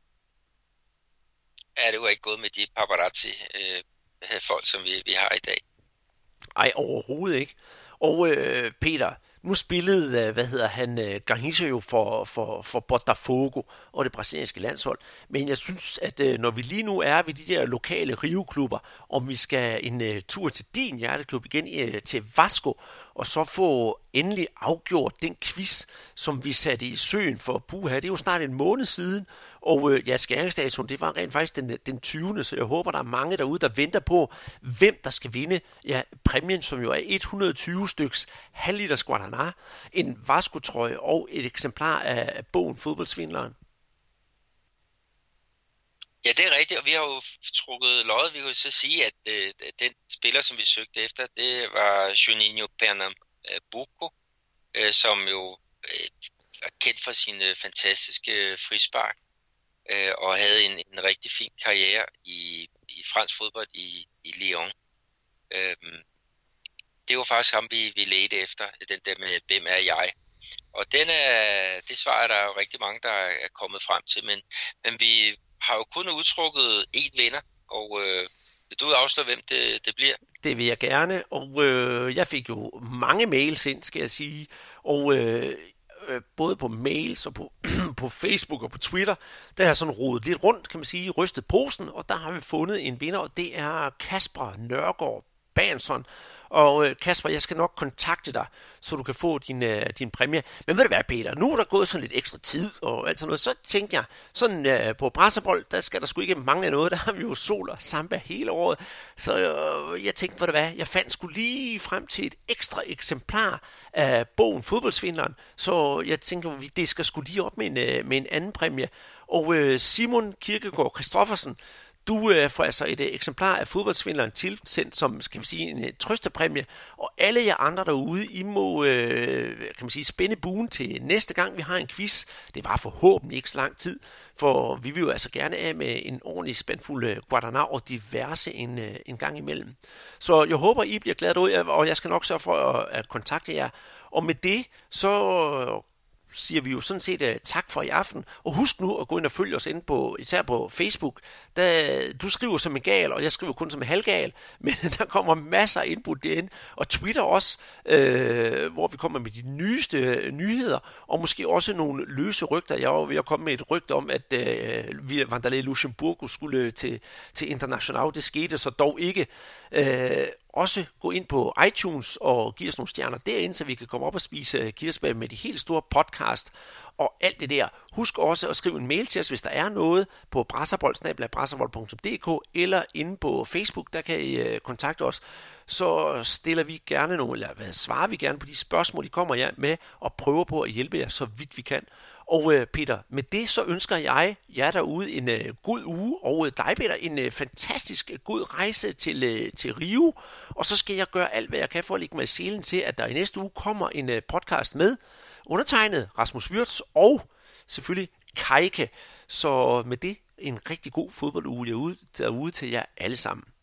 Ja, det var ikke gået med de paparazzi-folk, øh, som vi, vi har i dag. Ej, overhovedet ikke. Og øh, Peter, nu spillede, hvad hedder han, Garrincha jo for, for, for Botafogo og det brasilianske landshold. Men jeg synes, at når vi lige nu er ved de der lokale Rio-klubber, om vi skal en uh, tur til din hjerteklub igen uh, til Vasco, og så få endelig afgjort den quiz, som vi satte i søen for Puha. Det er jo snart en måned siden, og uh, ja, skæringsdatoen, det var rent faktisk den, den tyvende Så jeg håber, der er mange derude, der venter på, hvem der skal vinde ja, præmien, som jo er et hundrede og tyve styks halvliters Guaraná, en Vasco-trøje og et eksemplar af bogen Fodboldsvindleren. Ja, det er rigtigt, og vi har jo trukket løjet. Vi kan jo så sige, at øh, den spiller, som vi søgte efter, det var Juninho Pernambuco, øh, som jo øh, er kendt for sine fantastiske frispark, øh, og havde en, en rigtig fin karriere i, i fransk fodbold i, i Lyon. Øh, det var faktisk ham, vi, vi ledte efter, den der med, hvem er jeg? Og den er, det svar er der jo rigtig mange, der er kommet frem til, men, men vi har jo kun udtrukket én vinder, og øh, vil du afsløre, hvem det, det bliver? Det vil jeg gerne, og øh, jeg fik jo mange mails ind, skal jeg sige, og øh, øh, både på mails og på, på Facebook og på Twitter, der har jeg sådan rodet lidt rundt, kan man sige, rystet posen, og der har vi fundet en vinder, og det er Kasper Nørgaard Bansson. Og Kasper, jeg skal nok kontakte dig, så du kan få din, uh, din præmie. Men ved du hvad, Peter, nu er der gået sådan lidt ekstra tid og alt sådan noget, så tænkte jeg, sådan uh, på Brasserbold, der skal der sgu ikke mangle noget, der har vi jo sol og samba hele året. Så uh, jeg tænkte, ved du hvad, jeg fandt sgu lige frem til et ekstra eksemplar af bogen Fodboldsvindleren, så jeg tænker, det skal sgu lige op med en, uh, med en anden præmie. Og uh, Simon Kirkegaard Christoffersen, du øh, får altså et øh, eksemplar af Fodboldsvindleren tilsendt som, skal vi sige, en øh, trøstepræmie, og alle jer andre derude, I må, øh, kan man sige, spænde buen til næste gang, vi har en quiz. Det var forhåbentlig ikke så lang tid, for vi vil jo altså gerne af med en ordentlig spændfuld øh, Guaraná og diverse en, øh, en gang imellem. Så jeg håber, I bliver glade derude, og jeg skal nok sørge for at, at kontakte jer. Og med det, så siger vi jo sådan set uh, tak for i aften. Og husk nu at gå ind og følge os inde på, især på Facebook. Der, du skriver som en gal, og jeg skriver kun som en halvgal, men der kommer masser af input derinde. Og Twitter også, øh, hvor vi kommer med de nyeste øh, nyheder, og måske også nogle løse rygter. Jeg var ved at komme med et rygte om, at øh, vi Wanderlei Luxemburgo skulle til, til International. Det skete så dog ikke. Øh, Også gå ind på iTunes og give os nogle stjerner derinde, så vi kan komme op og spise kirsebær med de helt store podcast og alt det der. Husk også at skrive en mail til os, hvis der er noget på brasserbold snabel-a brasserbold punktum d k eller inde på Facebook, der kan I uh, kontakte os. Så stiller vi gerne nogle, eller hvad, svarer vi gerne på de spørgsmål, I kommer jer med, og prøver på at hjælpe jer så vidt vi kan. Og øh, Peter, med det så ønsker jeg jer derude en øh, god uge, og øh, dig, Peter, en øh, fantastisk øh, god rejse til, øh, til Rio. Og så skal jeg gøre alt, hvad jeg kan for at lægge mig i selen til, at der i næste uge kommer en øh, podcast med undertegnet Rasmus Wirtz og selvfølgelig Kajke. Så med det en rigtig god fodbolduge derude til jer alle sammen.